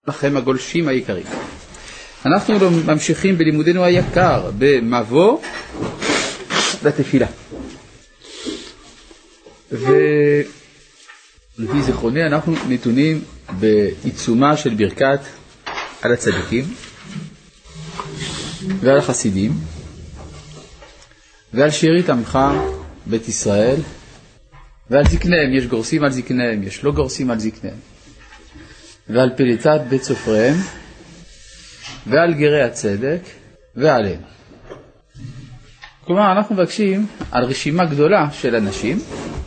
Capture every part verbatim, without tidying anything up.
לכם הגולשים העיקריים. אנחנו ממשיכים בלימודנו היקר במבוא לתפילה. ולפי זיכרוני אנחנו נתונים בעיצומה של ברכת על הצדיקים ועל החסידים ועל שארית עמך בית ישראל ועל זקניהם. יש גורסים על זקניהם, יש לא גורסים על זקניהם, ועל פליטת בית סופריהם ועל גרי הצדק ועליהם. כלומר אנחנו מבקשים על רשימה גדולה של אנשים.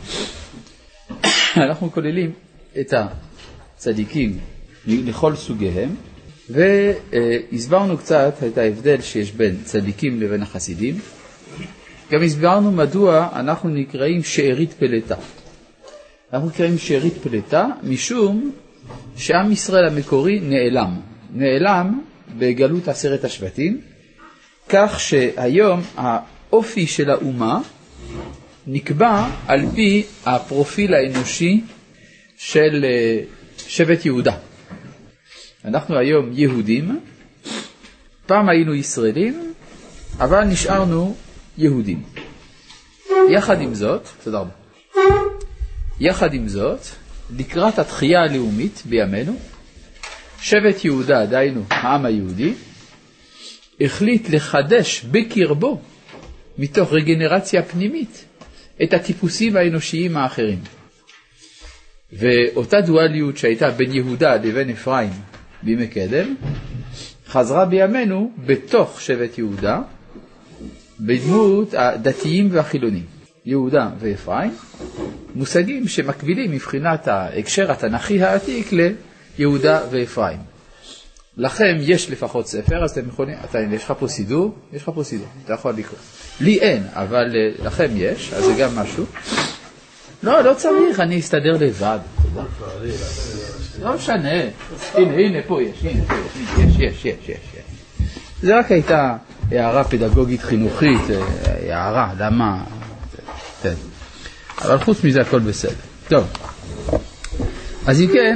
אנחנו כוללים את הצדיקים לכל סוגיהם, והסברנו קצת את ההבדל שיש בין צדיקים לבין החסידים. גם הסברנו מדוע אנחנו נקראים שארית פלטה. אנחנו נקראים שארית פלטה משום שעם ישראל המקורי נעלם. נעלם בגלות עשרת השבטים, כך שהיום האופי של האומה נקבע על פי הפרופיל האנושי של שבט יהודה. אנחנו היום יהודים, פעם היינו ישראלים, אבל נשארנו יהודים. יחד עם זאת, תודה רבה. יחד עם זאת, לקראת התחייה הלאומית בימינו, שבט יהודה, דיינו העם היהודי, החליט לחדש בקרבו, מתוך רגנרציה פנימית, את הטיפוסים האנושיים האחרים. ואותה דואליות שהייתה בין יהודה לבין אפרים בימי קדם, חזרה בימינו בתוך שבט יהודה, בדמות הדתיים והחילונים. יהודה ואפרים, מושגים שמקבילים מבחינת ההקשר התנ"כי העתיק ליהודה ואפרים. לכם יש לפחות ספר, אז אתם יכולים, אתה, יש לך פה סידור, יש לך פה סידור, אתה יכול לקרוא. לי אין, אבל לכם יש, אז זה גם משהו. לא, לא צריך, אני אסתדר לבד. תודה. לא משנה. הנה, הנה, פה יש, הנה, פה יש, יש, יש, יש. זה רק הייתה הערה פדגוגית חינוכית, הערה, למה? כן. אבל חוץ מזה הכל בסדר. טוב. אז אם כן,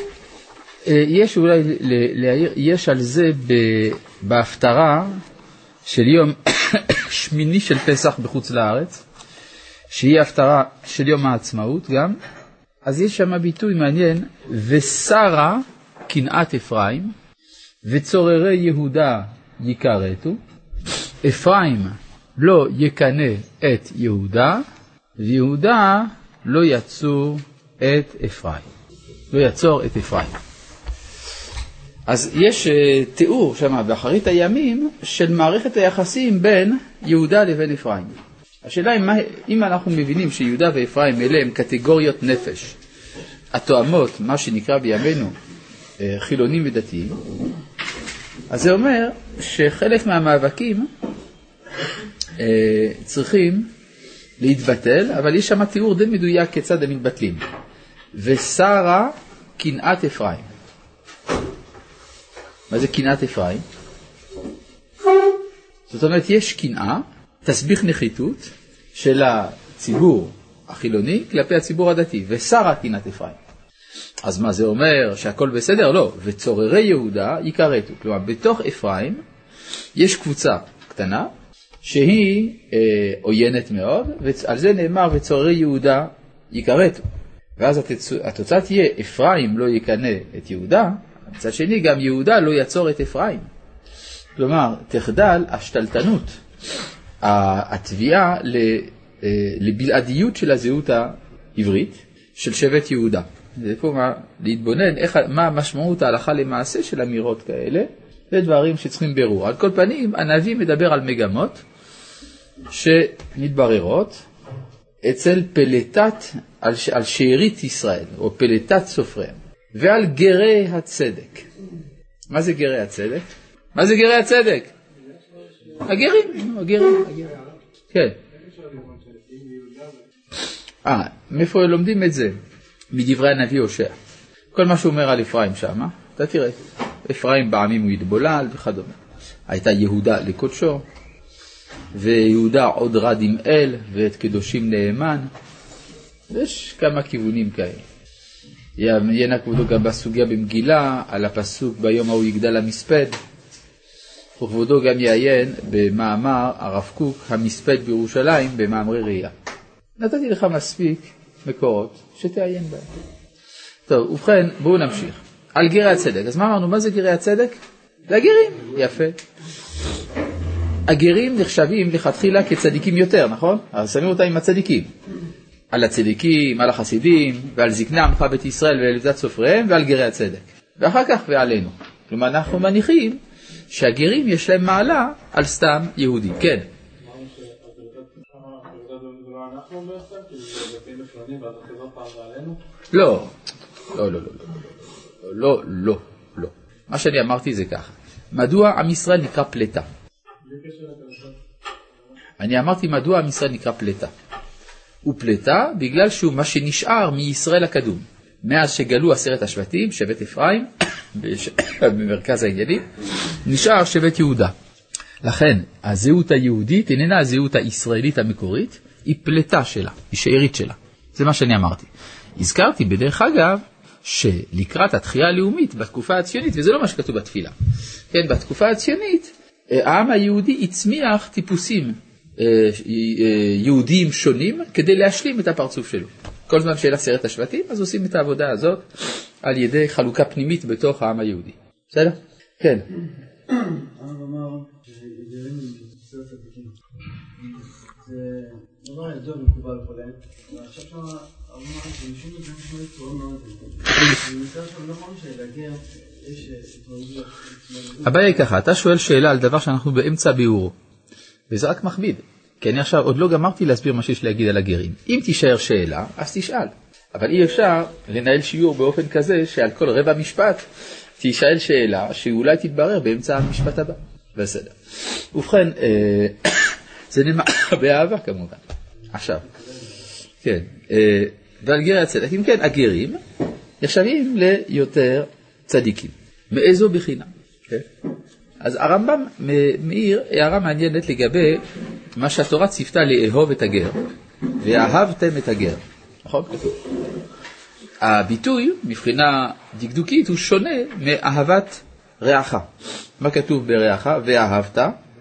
יש אולי להעיר, יש על זה בהפטרה של יום שמיני של פסח בחוץ לארץ, שהיא הפטרה של יום העצמאות גם. אז יש שם ביטוי מעניין, ושרה קנאת אפרים וצוררי יהודה יקרתו. אפרים לא יקנה את יהודה, ויהודה לא יצור את אפרים. לא יצור את אפרים. אז יש uh, תיאור שם באחרית הימים של מערכת היחסים בין יהודה לבין אפרים. השאלה היא, מה, אם אנחנו מבינים שיהודה ואפרים אלה הם קטגוריות נפש, התואמות, מה שנקרא בימינו uh, חילונים ודתיים, אז זה אומר שחלק מהמאבקים uh, צריכים להתבטל, אבל יש שם תיאור די מדויק כיצד הם מתבטלים. ושרה קנאת אפרים. מה זה קנאת אפרים? זאת אומרת, יש קנאה, תסביך נחיתות של הציבור החילוני כלפי הציבור הדתי, ושרה קנאת אפרים. אז מה זה אומר? שהכל בסדר? לא. וצוררי יהודה יקרתו. כלומר, בתוך אפרים יש קבוצה קטנה שהיא אה, עוינת מאוד, ועל זה נאמר וצוררי יהודה יקרתו. ואז התצ... התוצאה תהיה אפרים לא יקנה את יהודה, מצד שני גם יהודה לא יצור את אפרים. כלומר, תחדל השתלטנות, התביעה לבלעדיות של הזהות העברית של שבט יהודה. זה פה מה, להתבונן איך, מה המשמעות ההלכה למעשה של אמירות כאלה, זה דברים שצריכים ברור. על כל פנים, הנביא מדבר על מגמות שמתבררות אצל פלטת, על, על שארית ישראל, או פלטת סופריהם, ועל גרי הצדק. מה זה גרי הצדק? מה זה גרי הצדק? הגרים, הגרים, הגרים. כן. אה, מאיפה לומדים את זה? מדברי הנביא הושע. כל מה שהוא אומר על אפרים שם, אתה תראה. אפרים בעמים הוא יתבולל וכדומה. הייתה יהודה לקודשו, ויהודה עוד רד עם אל, ואת קדושים נאמן. יש כמה כיוונים כאלה. יעיין כבודו גם בסוגיה במגילה, על הפסוק ביום ההוא יגדל המספד, וכבודו גם יעיין במאמר הרב קוק, המספד בירושלים, במאמרי ראייה. נתתי לך מספיק מקורות שתעיין בהם. טוב, ובכן, בואו נמשיך. על גרי הצדק. אז מה אמרנו? מה זה גרי הצדק? זה הגרים. יפה. הגרים נחשבים לכתחילה כצדיקים יותר, נכון? אז שמים אותם עם הצדיקים. על הצדיקים, על החסידים, ועל זקני עמך בית ישראל ולבדת סופריהם, ועל גרי הצדק. ואחר כך ועלינו. כלומר, אנחנו מניחים שהגרים יש להם מעלה על סתם יהודי. כן. לא, לא, לא, לא, לא, לא, לא. מה שאני אמרתי זה ככה. מדוע עם ישראל נקרא פלטה? אני אמרתי מדוע עם ישראל נקרא פלטה. הוא פלטה בגלל שהוא מה שנשאר מישראל הקדום. מאז שגלו עשרת השבטים, שבט אפרים, במרכז העניינים, נשאר שבט יהודה. לכן, הזהות היהודית איננה הזהות הישראלית המקורית, היא פלטה שלה, היא שארית שלה. זה מה שאני אמרתי. הזכרתי בדרך אגב, שלקראת התחייה הלאומית בתקופה הציונית, וזה לא מה שכתוב בתפילה, כן, בתקופה הציונית, העם היהודי הצמיח טיפוסים יהודיים שונים, כדי להשלים את הפרצוף שלו. כל זמן שאלה עשרת השבטים, אז עושים את העבודה הזאת, על ידי חלוקה פנימית בתוך העם היהודי. בסדר? כן. הרב אמר שגרים עשרת הצדיקים. זה דבר ידוע ומקובל עליהם. ועכשיו שם הרב אמר שמשום זה משמע צורה מאוד. אני מצטער שם לא חושב שלהגיע יש התמודדות. הבעיה היא ככה, אתה שואל שאלה על דבר שאנחנו באמצע ביאור, וזה רק מכביד. כי אני עכשיו עוד לא גמרתי להסביר מה שיש להגיד על הגרים. אם תישאר שאלה, אז תשאל. אבל אי אפשר לנהל שיעור באופן כזה שעל כל רבע משפט תשאל שאלה שאולי תתברר באמצע המשפט הבא. בסדר. ובכן, זה נאמר באהבה כמובן. עכשיו, כן, ועל גרי הצדק, אם כן, הגרים נחשבים ליותר צדיקים. מאיזו בחינה? אז הרמב"ם מאיר הערה מעניינת לגבי מה שהתורה ציוותה לאהוב את הגר, ואהבתם את הגר. נכון? הביטוי, מבחינה דקדוקית, הוא שונה מאהבת רעך. מה כתוב ברעך? ואהבת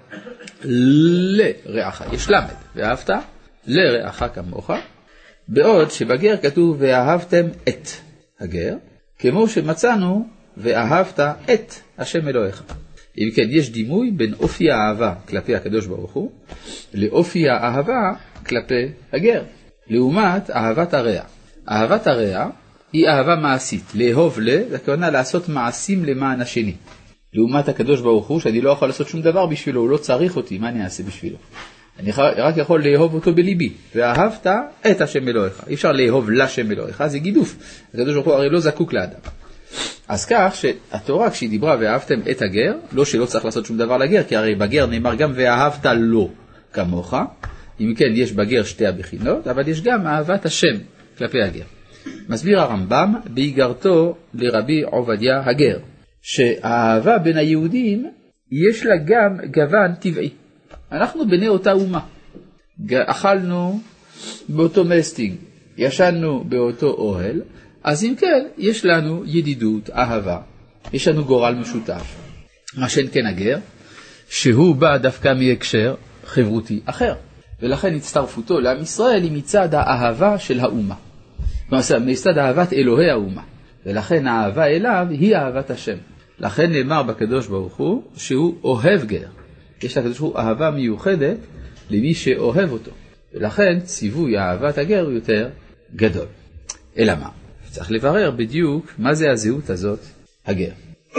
לרעך. יש למד. ואהבת לרעך כמוך. בעוד שבגר כתוב ואהבתם את הגר, כמו שמצאנו ואהבת את השם אלוהיך. אם כן, יש דימוי בין אופי האהבה כלפי הקדוש ברוך הוא, לאופי האהבה כלפי הגר. לעומת אהבת הרע. אהבת הרע היא אהבה מעשית. לאהוב ל, זה כוונה לעשות מעשים למען השני. לעומת הקדוש ברוך הוא, שאני לא יכול לעשות שום דבר בשבילו, הוא לא צריך אותי, מה אני אעשה בשבילו? אני רק יכול לאהוב אותו בליבי. ואהבת את השם אלוהיך. אי אפשר לאהוב לשם אלוהיך, זה גידוף. הקדוש ברוך הוא הרי לא זקוק לאדם. אז כך שהתורה כשהיא דיברה ואהבתם את הגר, לא שלא צריך לעשות שום דבר לגר, כי הרי בגר נאמר גם ואהבת לו כמוך. אם כן, יש בגר שתי הבחינות, אבל יש גם אהבת השם כלפי הגר. מסביר הרמב"ם בהיגרתו לרבי עובדיה הגר, שהאהבה בין היהודים יש לה גם גוון טבעי. אנחנו בני אותה אומה. אכלנו באותו מסטינג, ישנו באותו אוהל, אז אם כן, יש לנו ידידות, אהבה, יש לנו גורל משותף. מה שאין כן הגר, שהוא בא דווקא מהקשר חברותי אחר. ולכן הצטרפותו לעם ישראל היא מצד האהבה של האומה. מצד אהבת אלוהי האומה. ולכן האהבה אליו היא אהבת השם. לכן נאמר בקדוש ברוך הוא שהוא אוהב גר. יש לקדוש ברוך הוא אהבה מיוחדת למי שאוהב אותו. ולכן ציווי אהבת הגר הוא יותר גדול. אלא מה? צריך לברר בדיוק מה זה הזהות הזאת, הגר.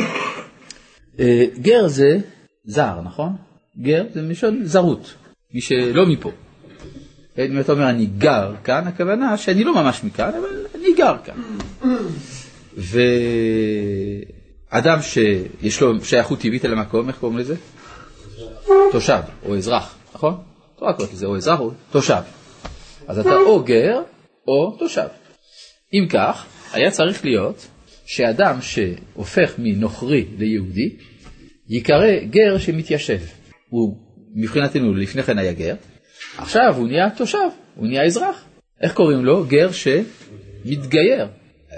גר זה זר, נכון? גר זה משון זרות, מי שלא מפה. אם אתה אומר אני גר כאן, הכוונה שאני לא ממש מכאן, אבל אני גר כאן. ואדם שיש לו שייכות טבעית אל המקום, איך קוראים לזה? תושב או אזרח, נכון? תורה קוראת לזה או אזרח או תושב. אז אתה או גר או תושב. אם כך, היה צריך להיות שאדם שהופך מנוכרי ליהודי, יקרא גר שמתיישב. הוא מבחינתנו לפני כן היה גר, עכשיו הוא נהיה תושב, הוא נהיה אזרח. איך קוראים לו? גר שמתגייר.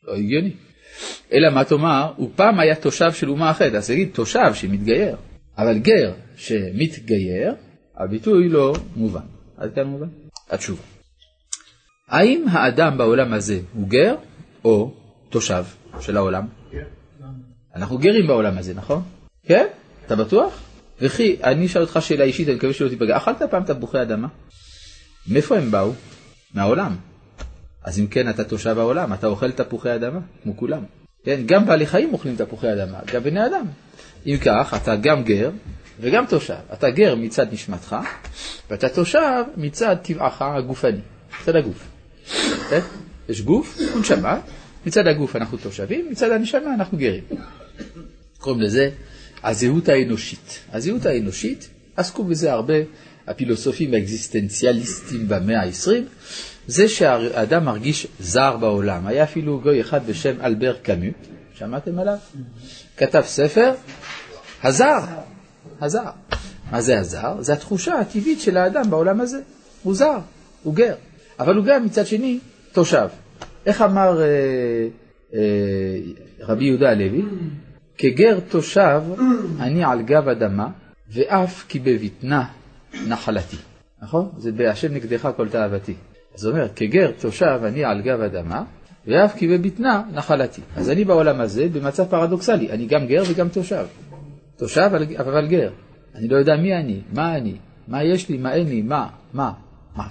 לא הגיוני. אלא מה תאמר, הוא פעם היה תושב של אומה אחרת, אז תגיד תושב שמתגייר, אבל גר שמתגייר, הביטוי לא מובן. עד כאן מובן? התשובה. האם האדם בעולם הזה הוא גר או תושב של העולם? אנחנו גרים בעולם הזה, נכון? כן? אתה בטוח? וכי, אני אשאל אותך שאלה אישית, אני מקווה שלא תיפגע. אכלת פעם תפוחי אדמה? מאיפה הם באו? מהעולם. אז אם כן, אתה תושב העולם, אתה אוכל תפוחי אדמה, כמו כולם. כן? גם בעלי חיים אוכלים תפוחי אדמה, גם בני אדם. אם כך, אתה גם גר וגם תושב. אתה גר מצד נשמתך, ואתה תושב מצד טבעך הגופני, מצד הגוף. כן? יש גוף ונשמה, מצד הגוף אנחנו תושבים, מצד הנשמה אנחנו גרים. קוראים לזה הזהות האנושית. הזהות האנושית, עסקו בזה הרבה הפילוסופים האקזיסטנציאליסטים במאה ה-עשרים, זה שהאדם מרגיש זר בעולם. היה אפילו גוי אחד בשם אלבר קאמו, שמעתם עליו? כתב ספר, הזר, הזר. מה זה הזר? זה התחושה הטבעית של האדם בעולם הזה. הוא זר, הוא גר. אבל הוא גם מצד שני תושב. איך אמר אה, אה, רבי יהודה הלוי? כגר תושב אני על גב אדמה, ואף כי בבטנה נחלתי. נכון? זה בהשם נגדך כל תאוותי. זאת אומרת, כגר תושב אני על גב אדמה, ואף כי בבטנה נחלתי. אז אני בעולם הזה במצב פרדוקסלי. אני גם גר וגם תושב. תושב אבל גר. אני לא יודע מי אני, מה אני, מה יש לי, מה אין לי, מה, מה, מה.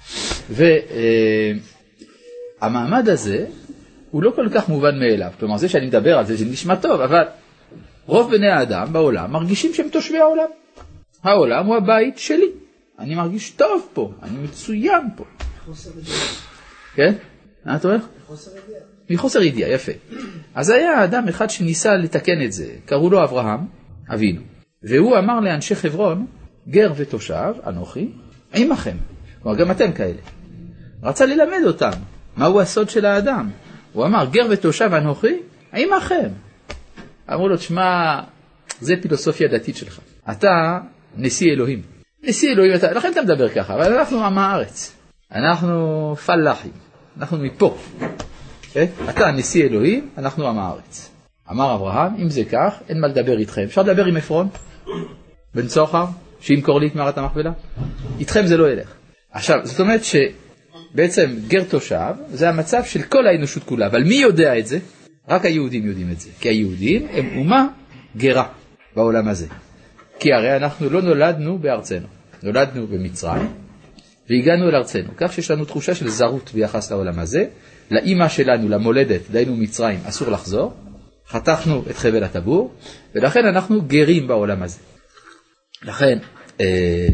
והמעמד הזה הוא לא כל כך מובן מאליו. כלומר, זה שאני מדבר על זה, זה נשמע טוב, אבל רוב בני האדם בעולם מרגישים שהם תושבי העולם. העולם הוא הבית שלי. אני מרגיש טוב פה, אני מצוין פה. מחוסר ידיעה. כן? מה אתה אומר? מחוסר ידיעה. מחוסר ידיעה, יפה. אז היה אדם אחד שניסה לתקן את זה, קראו לו אברהם, אבינו. והוא אמר לאנשי חברון, גר ותושב, אנוכי, עמכם. כלומר, גם אתם כאלה. רצה ללמד אותם, מהו הסוד של האדם. הוא אמר, גר ותושב, אנוכי, עמכם. אמרו לו, תשמע, זה פילוסופיה דתית שלך. אתה נשיא אלוהים. נשיא אלוהים, אתה, לכן אתה מדבר ככה, אבל אנחנו עם הארץ. אנחנו פלאחים. אנחנו מפה. Okay? אתה נשיא אלוהים, אנחנו עם הארץ. אמר אברהם, אם זה כך, אין מה לדבר איתכם. אפשר לדבר עם אפרון, בן צוחר, שימכור לי את מערת המכפלה? איתכם זה לא ילך. עכשיו, זאת אומרת שבעצם גר תושב, זה המצב של כל האנושות כולה. אבל מי יודע את זה? רק היהודים יודעים את זה. כי היהודים הם אומה גרה בעולם הזה. כי הרי אנחנו לא נולדנו בארצנו. נולדנו במצרים, והגענו אל ארצנו. כך שיש לנו תחושה של זרות ביחס לעולם הזה. לאמא שלנו, למולדת, דיינו מצרים, אסור לחזור. חתכנו את חבל הטבור, ולכן אנחנו גרים בעולם הזה. לכן, אה,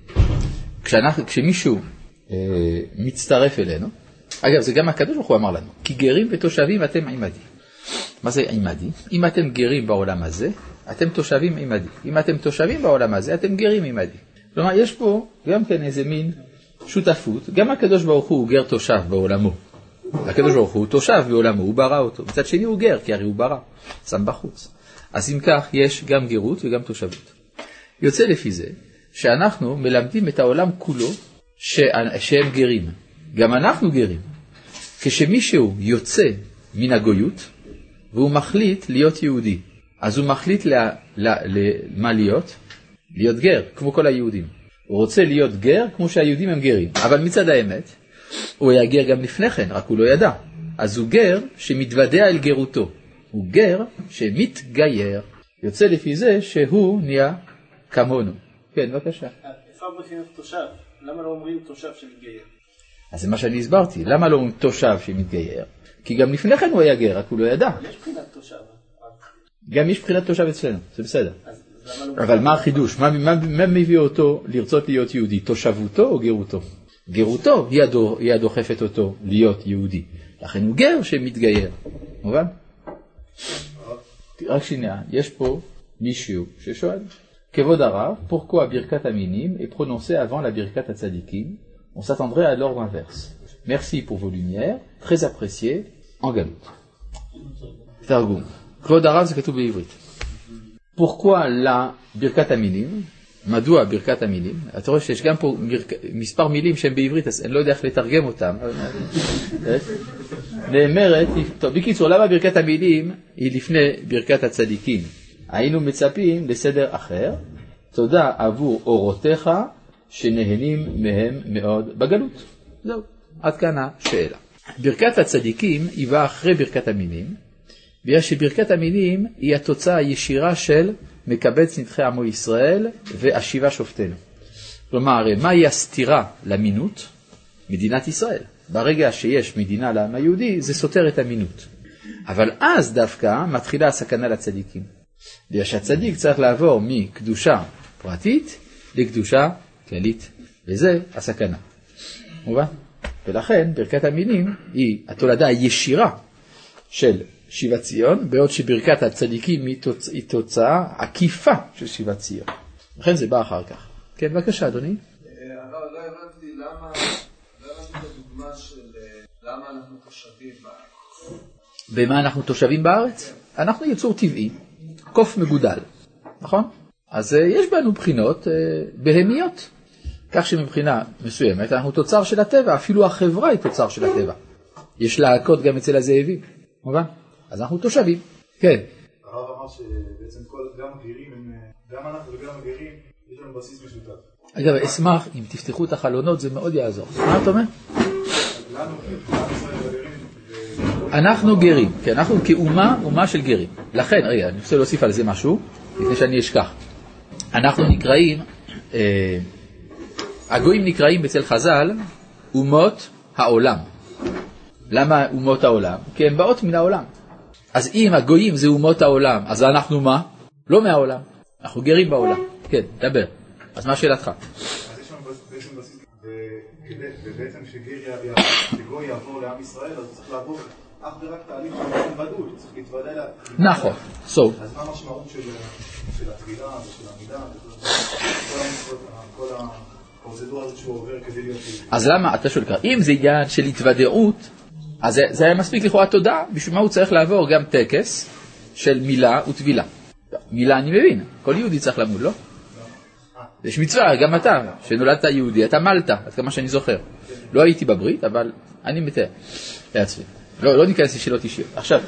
כשאנחנו, כשמישהו אה, מצטרף אלינו, אגב, זה גם הקדוש ברוך הוא אמר לנו, כי גרים ותושבים אתם עמדי. מה זה עמדי? אם אתם גרים בעולם הזה, אתם תושבים עמדי. אם אתם תושבים בעולם הזה, אתם גרים עמדי. כלומר, יש פה גם כן איזה מין שותפות, גם הקדוש ברוך הוא גר תושב בעולמו. הקדוש ברוך הוא תושב בעולמו, הוא ברא אותו. מצד שני הוא גר, כי הרי הוא ברא, שם בחוץ. אז אם כך, יש גם גרות וגם תושבות. יוצא לפי זה, שאנחנו מלמדים את העולם כולו שהם גרים. גם אנחנו גרים. כשמישהו יוצא מן הגויות, והוא מחליט להיות יהודי, אז הוא מחליט ל- ל- ל- מה להיות? להיות גר, כמו כל היהודים. הוא רוצה להיות גר כמו שהיהודים הם גרים. אבל מצד האמת, הוא היה גר גם לפני כן, רק הוא לא ידע. אז הוא גר שמתוודע אל גרותו. הוא גר שמתגייר. יוצא לפי זה שהוא נהיה כמונו. כן, בבקשה. איפה מבחינת תושב? למה לא אומרים תושב שמתגייר? אז זה מה שאני הסברתי. למה לא אומרים תושב שמתגייר? כי גם לפני כן הוא היה גר, רק הוא לא ידע. יש בחינת תושב. גם יש בחינת תושב אצלנו, זה בסדר. אבל מה החידוש? מה, מה, מה מביא אותו לרצות להיות יהודי? תושבותו או גרותו? גרותו היא, הדו, היא הדוחפת אותו להיות יהודי. לכן הוא גר שמתגייר. מובן? רק שנייה, יש פה מישהו ששואל. כבוד הרב, pourquoi ברכת המינים est prononcée avant la ברכת הצדיקים? On s'attendrait à l'ordre inverse. Merci pour vos lumières, très appréciées, en galoute. תרגום. כבוד הרב זה כתוב בעברית. pourquoi la ברכת המינים מדוע ברכת המילים? אתה רואה שיש גם פה מספר מילים שהן בעברית, אז אני לא יודע איך לתרגם אותם. נאמרת, טוב, בקיצור, למה ברכת המילים היא לפני ברכת הצדיקים? היינו מצפים לסדר אחר, תודה עבור אורותיך שנהנים מהם מאוד בגלות. זהו, עד כאן השאלה. ברכת הצדיקים היא באה אחרי ברכת המילים, בגלל שברכת המילים היא התוצאה הישירה של מקבץ נדחי עמו ישראל ואשיבה שופטנו. כלומר, מהי הסתירה למינות? מדינת ישראל. ברגע שיש מדינה לעם היהודי, זה סותר את המינות. אבל אז דווקא מתחילה הסכנה לצדיקים. בגלל שהצדיק צריך לעבור מקדושה פרטית לקדושה כללית, וזה הסכנה. מובן? ולכן ברכת המילים היא התולדה הישירה של שיבת ציון, בעוד שברכת הצדיקים היא, תוצ... היא תוצאה עקיפה של שיבת ציון. לכן זה בא אחר כך. כן, בבקשה, אדוני. אבל לא הבנתי למה, לא הבנתי את הדוגמה של למה אנחנו תושבים בארץ. במה אנחנו תושבים בארץ? אנחנו יצור טבעי, קוף מגודל, נכון? אז יש בנו בחינות בהמיות, כך שמבחינה מסוימת אנחנו תוצר של הטבע, אפילו החברה היא תוצר של הטבע. יש להקות גם אצל הזאבים, מובן? אז אנחנו תושבים, כן. הרב אמר שבעצם כל, גם הגרים, גם אנחנו וגם הגרים, יש לנו בסיס משותף. אגב, אשמח, אם תפתחו את החלונות, זה מאוד יעזור. מה אתה אומר? אנחנו גרים, כן, אנחנו כאומה, אומה של גרים. לכן, רגע, אני רוצה להוסיף על זה משהו, לפני שאני אשכח. אנחנו נקראים, אה, הגויים נקראים אצל חז"ל, אומות העולם. למה אומות העולם? כי הן באות מן העולם. אז אם הגויים זה אומות העולם, אז אנחנו מה? לא מהעולם. אנחנו גרים בעולם. כן, דבר. אז מה שאלתך? אז יש לנו בעצם בסיס, ובעצם שגוי יעבור לעם ישראל, אז צריך לעבור אך ורק תהליך של התוודות, צריך להתוודע לה. נכון. אז מה המשמעות של התפילה ושל העמידה, כל הפרוצדורה הזאת שהוא עובר כדי להיות... אז למה, אתה שואל ככה, אם זה עניין של התוודעות, אז זה, זה היה מספיק לכאורה תודה, בשביל מה הוא צריך לעבור גם טקס של מילה וטבילה. מילה אני מבין, כל יהודי צריך למוד, לא? יש מצווה, גם אתה, שנולדת יהודי, אתה מלת, עד כמה שאני זוכר. לא הייתי בברית, אבל אני מתאר לעצמי. לא, לא ניכנס לשאלות אישיות. עכשיו,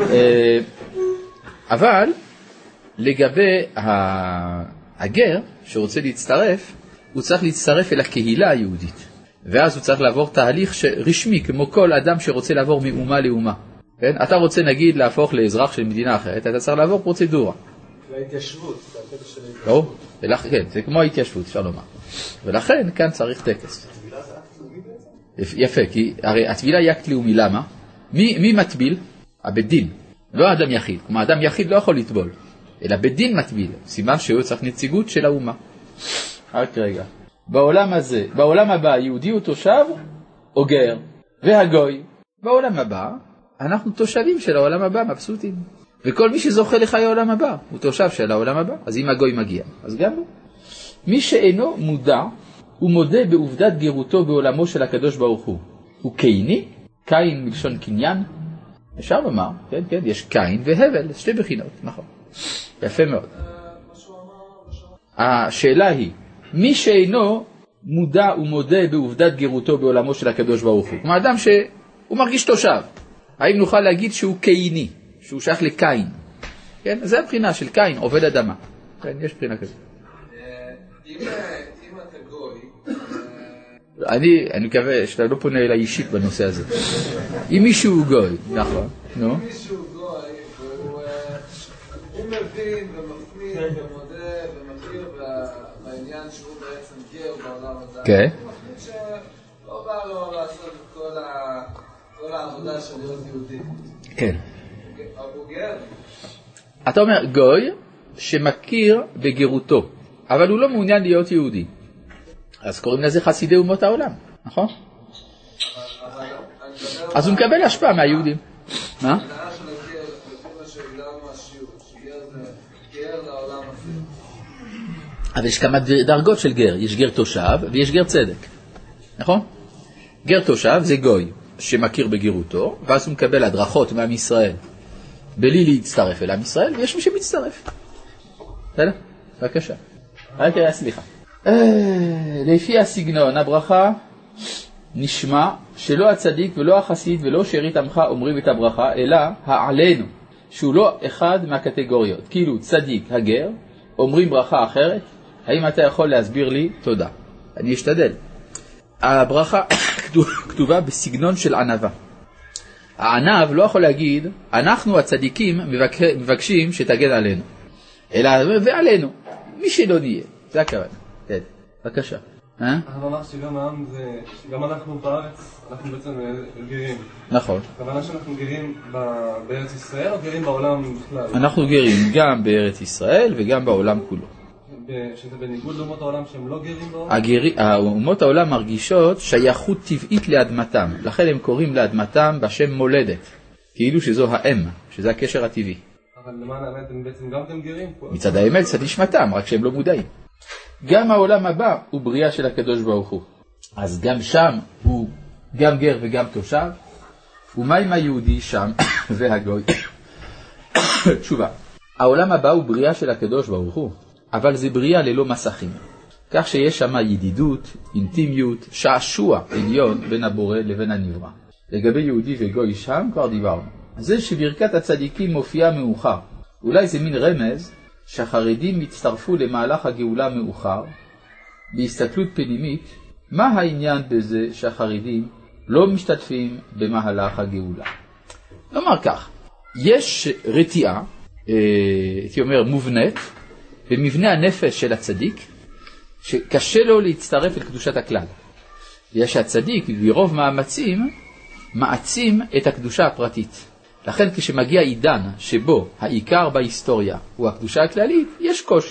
אבל לגבי הגר שרוצה להצטרף, הוא צריך להצטרף אל הקהילה היהודית. ואז הוא צריך לעבור תהליך רשמי, כמו כל אדם שרוצה לעבור מאומה לאומה. כן? אתה רוצה נגיד להפוך לאזרח של מדינה אחרת, אתה צריך לעבור פרוצדורה. להתיישבות. לא? כן, זה כמו ההתיישבות, אפשר לומר. ולכן כאן צריך טקס. יפה, כי הרי התבילה היא אקט לאומי, למה? מי, מי מטביל? הבית דין, לא האדם יחיד. כלומר, האדם יחיד לא יכול לטבול, אלא בית דין מטביל. סימן שהוא צריך נציגות של האומה. רק רגע. בעולם הזה, בעולם הבא, יהודי הוא תושב או גר, והגוי. בעולם הבא, אנחנו תושבים של העולם הבא, מבסוטים. וכל מי שזוכה לחיי העולם הבא, הוא תושב של העולם הבא. אז אם הגוי מגיע, אז גם הוא. מי שאינו מודע, הוא מודה בעובדת גירותו בעולמו של הקדוש ברוך הוא. הוא קייני, קין מלשון קניין. אפשר לומר, כן, כן, יש קין והבל, שתי בחינות, נכון. יפה מאוד. השאלה היא, מי שאינו מודע ומודה בעובדת גירותו בעולמו של הקדוש ברוך הוא. כמו אדם שהוא מרגיש תושב. האם נוכל להגיד שהוא קייני, שהוא שייך לקין? כן, זה הבחינה של קין, עובד אדמה. כן, יש בחינה כזאת. אם אתה גוי... אני, אני מקווה שאתה לא פונה אליי אישית בנושא הזה. אם מישהו גוי, נכון, נו. אם מישהו גוי, הוא מבין ומפנים ומודה ומכיר בעניין שהוא בעצם גר בעולם הזה. כן. הוא מחליט שלא בא לו לעשות את כל העבודה של להיות יהודי. כן. הוא גר. אתה אומר גוי שמכיר בגירותו, אבל הוא לא מעוניין להיות יהודי. אז קוראים לזה חסידי אומות העולם, נכון? אז הוא מקבל השפעה מהיהודים. מה? אבל יש כמה דרגות של גר. יש גר תושב ויש גר צדק. נכון? גר תושב זה גוי שמכיר בגירותו, ואז הוא מקבל הדרכות מעם ישראל בלי להצטרף אל עם ישראל, ויש מי שמצטרף. בסדר? בבקשה. רק סליחה. לפי הסגנון, הברכה נשמע שלא הצדיק ולא החסיד ולא שארית עמך אומרים את הברכה, אלא העלינו, שהוא לא אחד מהקטגוריות. כאילו צדיק הגר, אומרים ברכה אחרת. האם אתה יכול להסביר לי? תודה. אני אשתדל. הברכה כתובה בסגנון של ענבה. הענב לא יכול להגיד, אנחנו הצדיקים מבקשים שתגן עלינו. אלא ועלינו, מי שלא נהיה. זה הכוונה. כן, בבקשה. הרב אמר שגם העם זה, שגם אנחנו בארץ, אנחנו בעצם גרים. נכון. הכוונה שאנחנו גרים בארץ ישראל או גרים בעולם בכלל? אנחנו גרים גם בארץ ישראל וגם בעולם כולו. שזה בניגוד לאומות העולם שהם לא גרים בעולם? הגרי, אומות העולם מרגישות שייכות טבעית לאדמתם, לכן הם קוראים לאדמתם בשם מולדת, כאילו שזו האם, שזה הקשר הטבעי. אבל למען האמת הם בעצם גם כן גרים? מצד האמת זה נשמתם, רק שהם לא מודעים. גם העולם הבא הוא בריאה של הקדוש ברוך הוא. אז גם שם הוא גם גר וגם תושב. ומה עם היהודי שם והגוי? תשובה. העולם הבא הוא בריאה של הקדוש ברוך הוא, אבל זה בריאה ללא מסכים. כך שיש שם ידידות, אינטימיות, שעשוע עליון בין הבורא לבין הנברא. לגבי יהודי וגוי שם כבר דיברנו. זה שברכת הצדיקים מופיעה מאוחר. אולי זה מין רמז שהחרדים מצטרפו למהלך הגאולה מאוחר. בהסתכלות פנימית, מה העניין בזה שהחרדים לא משתתפים במהלך הגאולה? נאמר כך, יש רתיעה, הייתי אומר מובנית, במבנה הנפש של הצדיק, שקשה לו להצטרף אל קדושת הכלל. יש שהצדיק, ברוב מאמצים, מעצים את הקדושה הפרטית. לכן כשמגיע עידן שבו העיקר בהיסטוריה הוא הקדושה הכללית, יש קושי.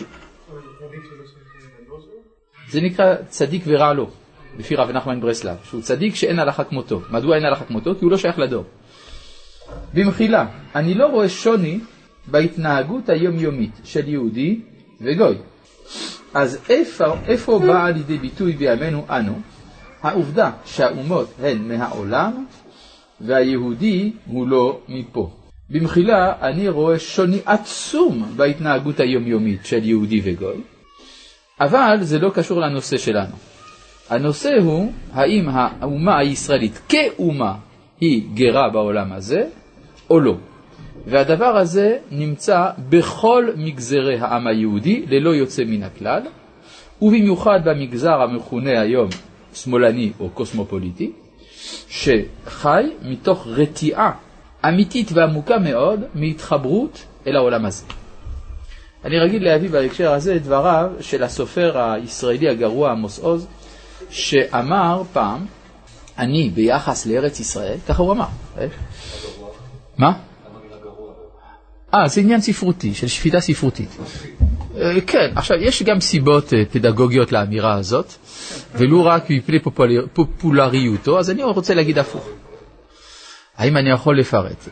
זה נקרא צדיק ורע לו, לפי רב נחמן ברסלב, שהוא צדיק שאין הלכה כמותו. מדוע אין הלכה כמותו? כי הוא לא שייך לדור. במחילה, אני לא רואה שוני בהתנהגות היומיומית של יהודי וגוי. אז איפה, איפה באה לידי ביטוי בימינו אנו העובדה שהאומות הן מהעולם והיהודי הוא לא מפה? במחילה אני רואה שוני עצום בהתנהגות היומיומית של יהודי וגוי, אבל זה לא קשור לנושא שלנו. הנושא הוא האם האומה הישראלית כאומה היא גרה בעולם הזה או לא. והדבר הזה נמצא בכל מגזרי העם היהודי ללא יוצא מן הכלל, ובמיוחד במגזר המכונה היום שמאלני או קוסמופוליטי, שחי מתוך רתיעה אמיתית ועמוקה מאוד מהתחברות אל העולם הזה. אני רגיל להביא בהקשר הזה דבריו של הסופר הישראלי הגרוע עמוס עוז, שאמר פעם, אני ביחס לארץ ישראל, ככה הוא אמר. מה? אה, זה עניין ספרותי, של שפיטה ספרותית. כן, עכשיו, יש גם סיבות פדגוגיות לאמירה הזאת, ולא רק מפני פופולריותו, אז אני רוצה להגיד הפוך. האם אני יכול לפרט?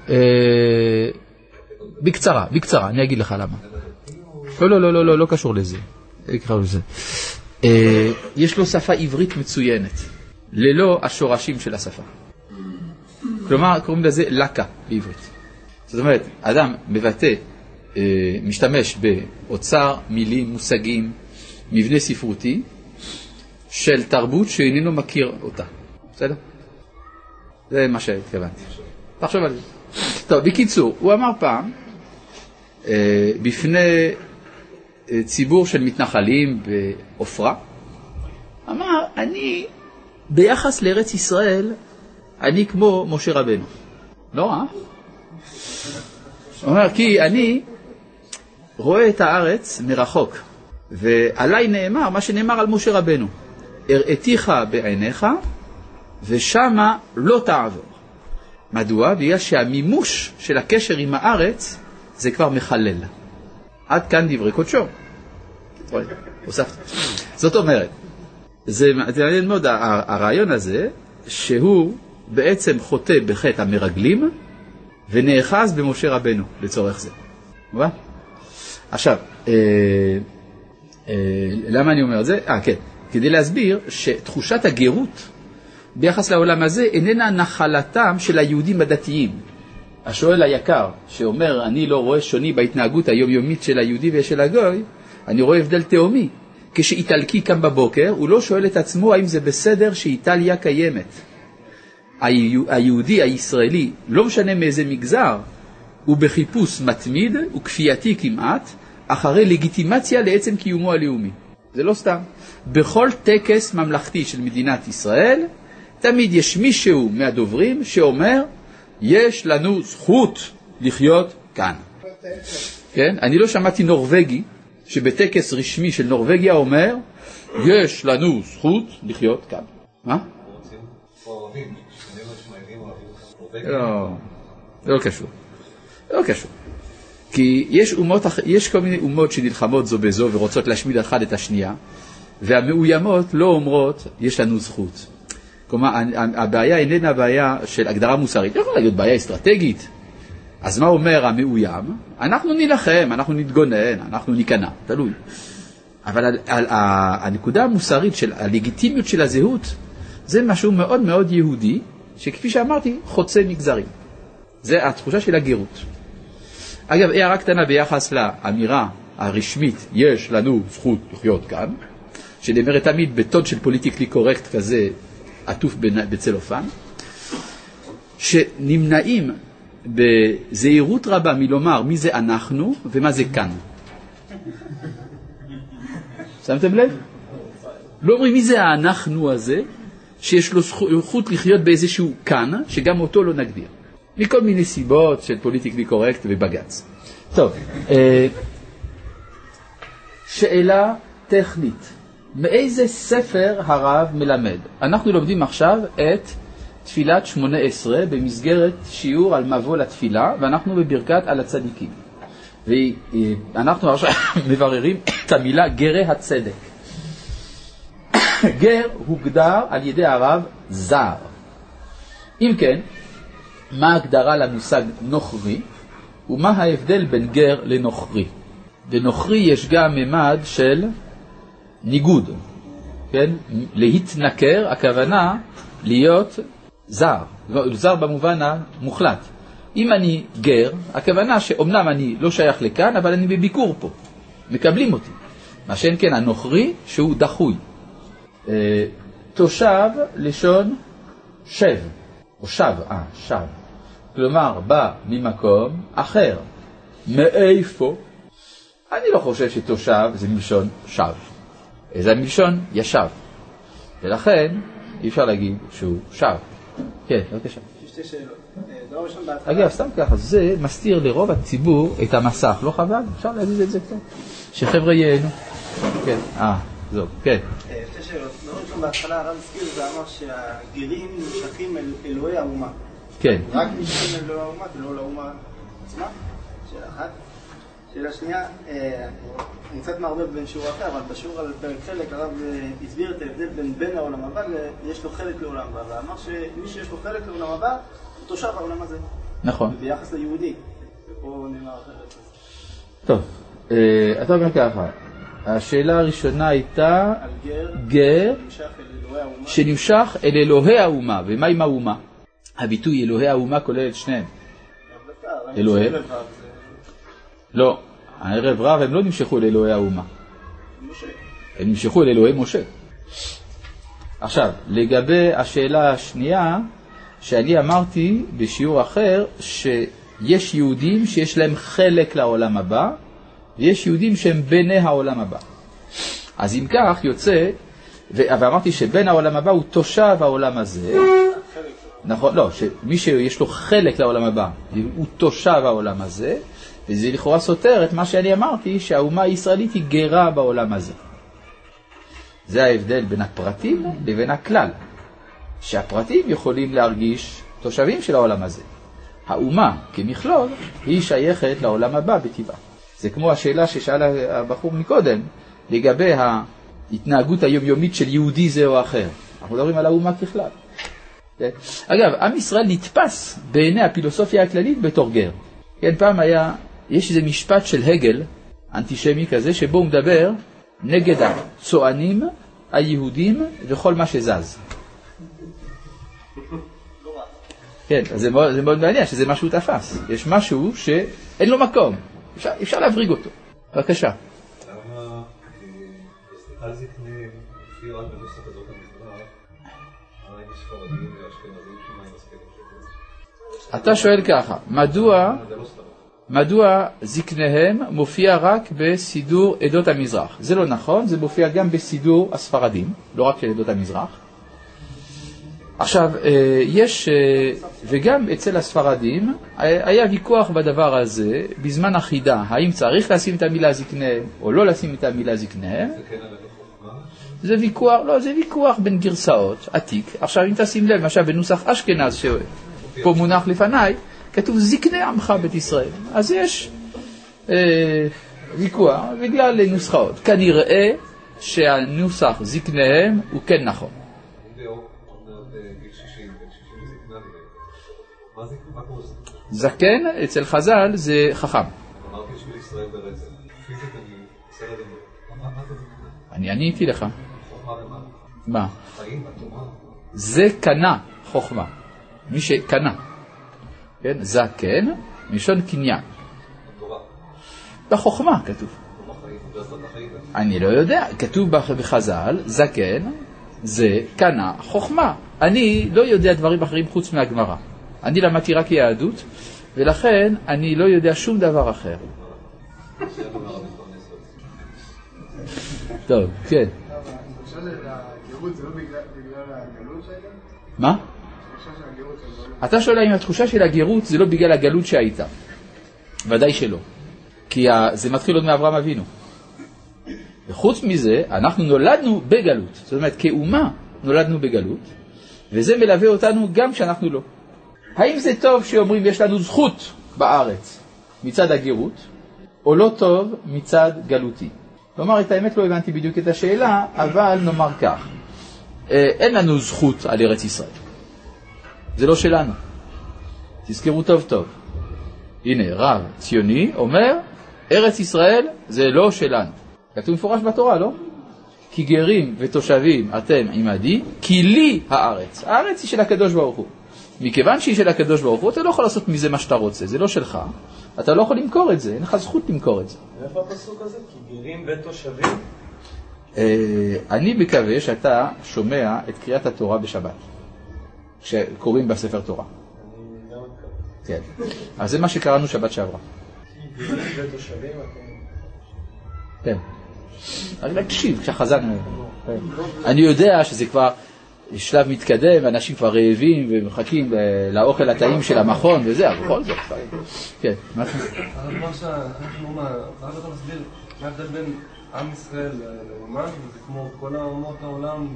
בקצרה, בקצרה, אני אגיד לך למה. לא, לא, לא, לא, לא, לא קשור לזה. יקראו לזה. יש לו שפה עברית מצוינת, ללא השורשים של השפה. כלומר, קוראים לזה לקה בעברית. זאת אומרת, אדם מבטא, משתמש באוצר, מילים, מושגים, מבנה ספרותי, של תרבות שאיננו מכיר אותה. בסדר? זה מה שהתכוונתי. תחשוב על זה. טוב, בקיצור, הוא אמר פעם, בפני ציבור של מתנחלים באופרה, אמר, אני, ביחס לארץ ישראל, אני כמו משה רבנו. לא רע? הוא אומר, כי אני רואה את הארץ מרחוק, ועליי נאמר מה שנאמר על משה רבנו, הראתיך בעיניך ושמה לא תעבור. מדוע? בגלל שהמימוש של הקשר עם הארץ זה כבר מחלל. עד כאן דברי קודשו. הוספתי. זאת אומרת, זה מעניין מאוד הרעיון הזה, שהוא בעצם חוטא בחטא המרגלים, ונאחז במשה רבנו לצורך זה. מובן? עכשיו, אה, אה, למה אני אומר את זה? אה, כן. כדי להסביר שתחושת הגרות ביחס לעולם הזה איננה נחלתם של היהודים הדתיים. השואל היקר שאומר אני לא רואה שוני בהתנהגות היומיומית של היהודי ושל הגוי, אני רואה הבדל תאומי. כשאיטלקי קם בבוקר, הוא לא שואל את עצמו האם זה בסדר שאיטליה קיימת. היהודי, הישראלי, לא משנה מאיזה מגזר, הוא בחיפוש מתמיד וכפייתי כמעט, אחרי לגיטימציה לעצם קיומו הלאומי. זה לא סתם. בכל טקס ממלכתי של מדינת ישראל, תמיד יש מישהו מהדוברים שאומר, יש לנו זכות לחיות כאן. כן? אני לא שמעתי נורווגי שבטקס רשמי של נורווגיה אומר, יש לנו זכות לחיות כאן. מה? לא, זה לא קשור. זה לא קשור. כי יש אומות, יש כל מיני אומות שנלחמות זו בזו ורוצות להשמיד אחד את השנייה, והמאוימות לא אומרות, יש לנו זכות. כלומר, הבעיה איננה בעיה של הגדרה מוסרית, יכול להיות בעיה אסטרטגית. אז מה אומר המאוים? אנחנו נלחם, אנחנו נתגונן, אנחנו ניכנע, תלוי. אבל על, על, על, הנקודה המוסרית של הלגיטימיות של הזהות, זה משהו מאוד מאוד יהודי, שכפי שאמרתי, חוצה מגזרים. זה התחושה של הגרות. אגב, הערה קטנה ביחס לאמירה הרשמית, יש לנו זכות לחיות כאן, שנאמרת תמיד בטון של פוליטיקלי קורקט כזה, עטוף בצלופן, שנמנעים בזהירות רבה מלומר מי זה אנחנו ומה זה כאן. שמתם לב? לא אומרים מי זה האנחנו הזה, שיש לו זכות לחיות באיזשהו כאן, שגם אותו לא נגדיר. מכל מיני סיבות של פוליטיקלי קורקט ובגץ. טוב, שאלה טכנית. מאיזה ספר הרב מלמד? אנחנו לומדים עכשיו את תפילת שמונה עשרה במסגרת שיעור על מבוא לתפילה, ואנחנו בברכת על הצדיקים. ואנחנו עכשיו מבררים את המילה גרי הצדק. גר הוגדר על ידי הרב זר. אם כן, מה ההגדרה למושג נוכרי, ומה ההבדל בין גר לנוכרי? בנוכרי יש גם ממד של ניגוד, כן? להתנכר, הכוונה להיות זר, זר במובן המוחלט. אם אני גר, הכוונה שאומנם אני לא שייך לכאן, אבל אני בביקור פה, מקבלים אותי. מה שאין כן הנוכרי שהוא דחוי. אה, תושב לשון שב, או שב, אה, שב. כלומר, בא ממקום אחר. מאיפה? אני לא חושב שתושב זה מלשון שב. זה מלשון ישב. ולכן אי אפשר להגיד שהוא שב. כן, בבקשה. שתי שאלות. דבר ראשון בהתחלה. אגב, סתם ככה, זה מסתיר לרוב הציבור את המסך. לא חבל? אפשר להגיד את זה קצת. שחבר'ה ייהנו. כן, אה, זהו, כן. שתי שאלות. דבר ראשון בהתחלה הרב הזכיר ואמר שהגרים נמשכים אל אלוהי האומה. כן. רק נמשכים אל אלוהי האומה, ולא לאומה עצמה? שאלה אחת. שאלה שנייה, אני קצת מערבב בין שיעור אחר, אבל בשיעור על פרק חלק הרב הסביר את ההבדל בין בין העולם הבא ויש לו חלק לעולם הבא, ואמר שמי שיש לו חלק לעולם הבא הוא תושב העולם הזה. נכון. ביחס ליהודי, ופה נאמר אחרת. טוב, אתה אומר ככה, השאלה הראשונה הייתה על גר, גר שנמשך אל אלוהי האומה. שנמשך אל אלוהי האומה. ומה עם האומה? הביטוי אלוהי האומה כולל את שניהם. אלוהי? לא, הערב רב הם לא נמשכו אל אלוהי האומה. משה. הם נמשכו אל אלוהי משה. עכשיו, לגבי השאלה השנייה, שאני אמרתי בשיעור אחר, שיש יהודים שיש להם חלק לעולם הבא, ויש יהודים שהם בני העולם הבא. אז אם כך יוצא, ואמרתי שבין העולם הבא הוא תושב העולם הזה, נכון, לא, שמי שיש לו חלק לעולם הבא, הוא תושב העולם הזה, וזה לכאורה סותר את מה שאני אמרתי, שהאומה הישראלית היא גרה בעולם הזה. זה ההבדל בין הפרטים לבין הכלל. שהפרטים יכולים להרגיש תושבים של העולם הזה. האומה כמכלול היא שייכת לעולם הבא בטבעה. זה כמו השאלה ששאל הבחור מקודם, לגבי ההתנהגות היומיומית של יהודי זה או אחר. אנחנו מדברים על האומה ככלל. אגב, עם ישראל נתפס בעיני הפילוסופיה הכללית בתור גר. כן, פעם היה, יש איזה משפט של הגל, אנטישמי כזה, שבו הוא מדבר נגד הצוענים, היהודים וכל מה שזז. כן, אז זה מאוד, זה מאוד מעניין שזה משהו תפס. יש משהו שאין לו מקום. אפשר, אפשר להבריג אותו. בבקשה. למה, הסתכלתי בנוסח הזאת המזרח, הרי בספרדים ואשכנזים שמה עם הספרים שלו? אתה שואל ככה, מדוע, מדוע זקניהם מופיע רק בסידור עדות המזרח? זה לא נכון, זה מופיע גם בסידור הספרדים, לא רק של עדות המזרח. עכשיו, יש, וגם אצל הספרדים, היה ויכוח בדבר הזה, בזמן החידה, האם צריך לשים את המילה זקניהם, או לא לשים את המילה זקניהם. זה ויכוח, לא, זה ויכוח בין גרסאות, עתיק. עכשיו, אם תשים לב, למשל בנוסח אשכנז, שפה מונח לפניי, כתוב זקני עמך בית ישראל. אז יש אה, ויכוח, בגלל נוסחאות. כנראה שהנוסח זקניהם הוא כן נכון. זקן אצל חז"ל זה חכם. אמרתי בשביל ישראל ברצף. פיזית אני בסדר גמור. מה זה זקנה? אני עניתי לך. חוכמה ומה? מה? חיים, התורה. זה קנה חוכמה. מי שקנה. כן? זקן, מלשון קניין. התורה. בחוכמה כתוב. אני לא יודע. כתוב בחז"ל, זקן זה קנה חוכמה. אני לא יודע דברים אחרים חוץ מהגמרא. אני למדתי רק יהדות, ולכן אני לא יודע שום דבר אחר. טוב, כן. התחושה של הגירות זה לא בגלל הגלות שהייתה? מה? אתה שואל אם התחושה של הגירות זה לא בגלל הגלות שהייתה. ודאי שלא. כי זה מתחיל עוד מאברהם אבינו. וחוץ מזה, אנחנו נולדנו בגלות. זאת אומרת, כאומה נולדנו בגלות, וזה מלווה אותנו גם כשאנחנו לא. האם זה טוב שאומרים יש לנו זכות בארץ מצד הגירות, או לא טוב מצד גלותי? לומר את האמת, לא הבנתי בדיוק את השאלה, אבל נאמר כך. אין לנו זכות על ארץ ישראל. זה לא שלנו. תזכרו טוב טוב. הנה, רב ציוני אומר, ארץ ישראל זה לא שלנו. כתוב מפורש בתורה, לא? כי גרים ותושבים אתם עמדי, כי לי הארץ. הארץ היא של הקדוש ברוך הוא. מכיוון שהיא של הקדוש ברוך הוא, אתה לא יכול לעשות מזה מה שאתה רוצה, זה לא שלך. אתה לא יכול למכור את זה, אין לך זכות למכור את זה. איפה הפסוק הזה? כי גרים ותושבים? אני מקווה שאתה שומע את קריאת התורה בשבת, שקוראים בספר תורה. אני גם מקווה. כן. אז זה מה שקראנו שבת שעברה. כי גרים ותושבים אתם... כן. רק להקשיב, כשהחזן... אני יודע שזה כבר שלב מתקדם, אנשים כבר רעבים ומחכים לאוכל הטעים של המכון וזה, אבל בכל זאת. כן, מה זה? אבל מה שאנחנו אומרים, רק אתה מסביר, מה ההבדל בין עם ישראל לאומן, זה כמו כל האומות העולם,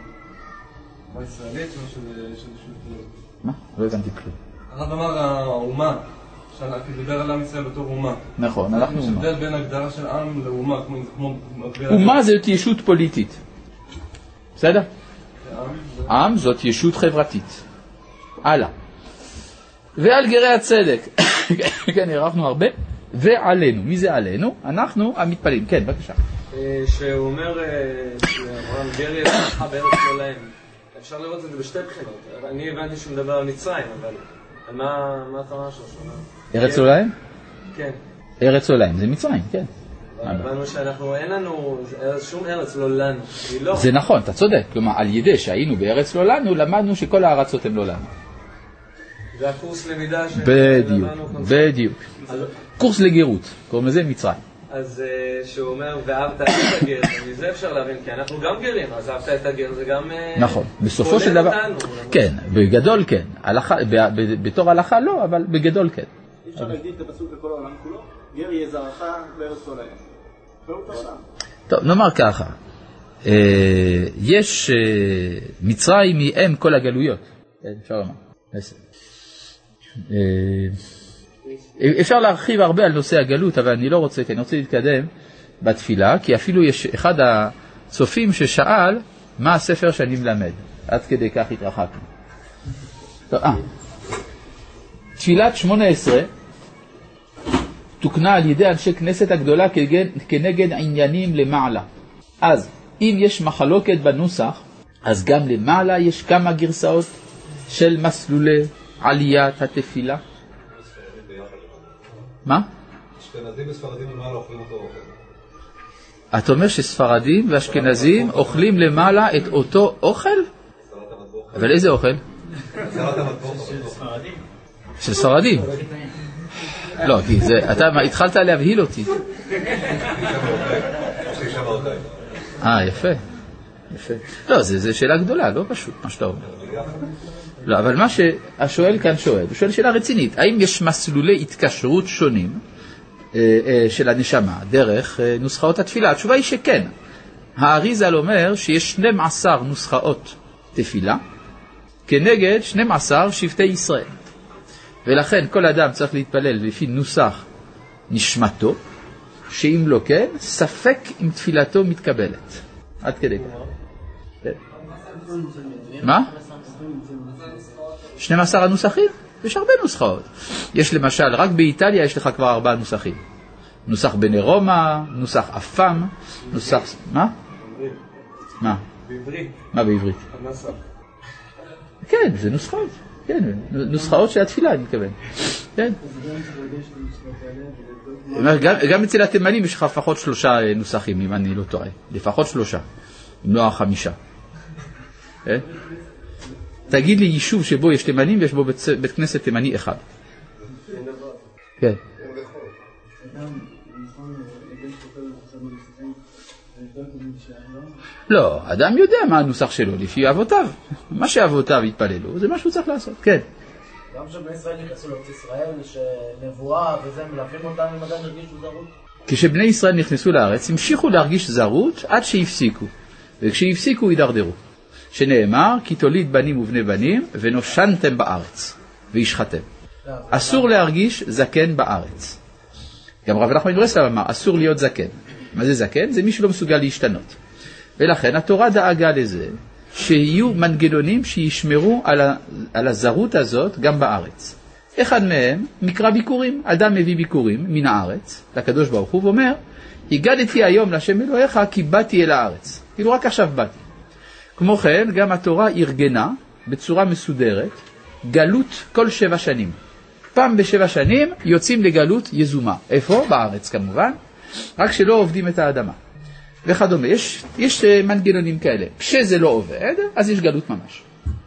מה ישראלית, שזה... מה? לא הבנתי כלום. הרב אמר האומה, שאנחנו דיבר על עם ישראל בתור אומה. נכון, אנחנו אומה. יש הבדל בין הגדרה של עם לאומה, כמו... אומה זאת ישות פוליטית. בסדר? עם זאת ישות חברתית. הלאה. ועל גרי הצדק. כן, הרחנו הרבה. ועלינו. מי זה עלינו? אנחנו המתפלים. כן, בבקשה. שהוא אומר שאברהם גרי יצחק בארץ לא להם. אפשר לראות את זה בשתי בחינות. אני הבנתי שהוא מדבר על מצרים, אבל מה אתה אומר שהוא שאומר? ארץ לא להם? כן. ארץ לא להם, זה מצרים, כן. הבנו שאנחנו, אין לנו שום ארץ לא לנו. זה נכון, אתה צודק. כלומר, על ידי שהיינו בארץ לא לנו, למדנו שכל הארצות הן לא לנו. זה הקורס למידה ש... בדיוק, בדיוק. קורס לגירות, קוראים לזה מצרים. אז שהוא אומר, ואהבת את הגר, מזה אפשר להבין, כי אנחנו גם גרים, אז אהבת את הגר זה גם... נכון, בסופו של דבר... כן, בגדול כן. בתור הלכה לא, אבל בגדול כן. אי אפשר להגיד את הפסוק לכל העולם כולו, גר יהיה זרעך בארץ לא להם. טוב, נאמר ככה. יש מצרים היא אם כל הגלויות. אפשר לומר. אפשר להרחיב הרבה על נושא הגלות, אבל אני לא רוצה, כי אני רוצה להתקדם בתפילה, כי אפילו יש אחד הצופים ששאל מה הספר שאני מלמד. עד כדי כך התרחקנו. טוב, אה. תפילת שמונה עשרה תוקנה על ידי אנשי כנסת הגדולה כנגד עניינים למעלה. אז אם יש מחלוקת בנוסח, אז גם למעלה יש כמה גרסאות של מסלולי עליית התפילה. מה? אשכנזים וספרדים למעלה אוכלים אותו אוכל. אתה אומר שספרדים ואשכנזים אוכלים למעלה את אותו אוכל? אבל איזה אוכל? של ספרדים. לא, כי זה, אתה התחלת להבהיל אותי. אה, יפה. יפה. לא, זה, זה שאלה גדולה, לא פשוט, מה שאתה אומר. לא, אבל מה שהשואל כאן שואל, הוא שואל שאלה רצינית. האם יש מסלולי התקשרות שונים אה, אה, של הנשמה, דרך אה, נוסחאות התפילה? התשובה היא שכן. האריז"ל אומר שיש שתים עשרה נוסחאות תפילה, כנגד שנים עשר שבטי ישראל. ולכן כל אדם צריך להתפלל לפי נוסח נשמתו, שאם לא כן, ספק אם תפילתו מתקבלת. עד כדי כך. מה? שנים עשר הנוסחים? יש הרבה נוסחאות. יש למשל, רק באיטליה יש לך כבר ארבעה נוסחים. נוסח בני רומא, נוסח אפם, נוסח... מה? מה? בעברית. מה בעברית? הנוסח. כן, זה נוסחאות. כן, נוסחאות של התפילה, אני מתכוון. כן. גם, גם אצל התימנים יש לך לפחות שלושה נוסחים, אם אני לא טועה. לפחות שלושה, אם לא החמישה. כן? תגיד לי יישוב שבו יש תימנים ויש בו בית, בית כנסת תימני אחד. כן. לא, אדם יודע מה הנוסח שלו לפי אבותיו. מה שאבותיו יתפללו, זה מה שהוא צריך לעשות. כן. גם שבני ישראל נכנסו לארץ ישראל, שנבואה וזה מלווים אותם אם עדיין הרגישו זרות? כשבני ישראל נכנסו לארץ, המשיכו להרגיש זרות עד שהפסיקו. וכשהפסיקו, הידרדרו. שנאמר, כי תוליד בנים ובני בנים, ונושנתם בארץ, וישחתם. אסור להרגיש זקן בארץ. גם רב נחמן מברסלב אמר, אסור להיות זקן. מה זה זקן? זה מי שלא מסוגל להשתנות. ולכן התורה דאגה לזה, שיהיו מנגנונים שישמרו על, ה, על הזרות הזאת גם בארץ. אחד מהם מקרא ביקורים. אדם מביא ביקורים מן הארץ, לקדוש ברוך הוא, ואומר, הגדתי היום להשם אלוהיך, כי באתי אל הארץ. כאילו רק עכשיו באתי. כמו כן, גם התורה ארגנה בצורה מסודרת, גלות כל שבע שנים. פעם בשבע שנים יוצאים לגלות יזומה. איפה? בארץ כמובן. רק שלא עובדים את האדמה. וכדומה. יש, יש מנגנונים כאלה. כשזה לא עובד, אז יש גלות ממש.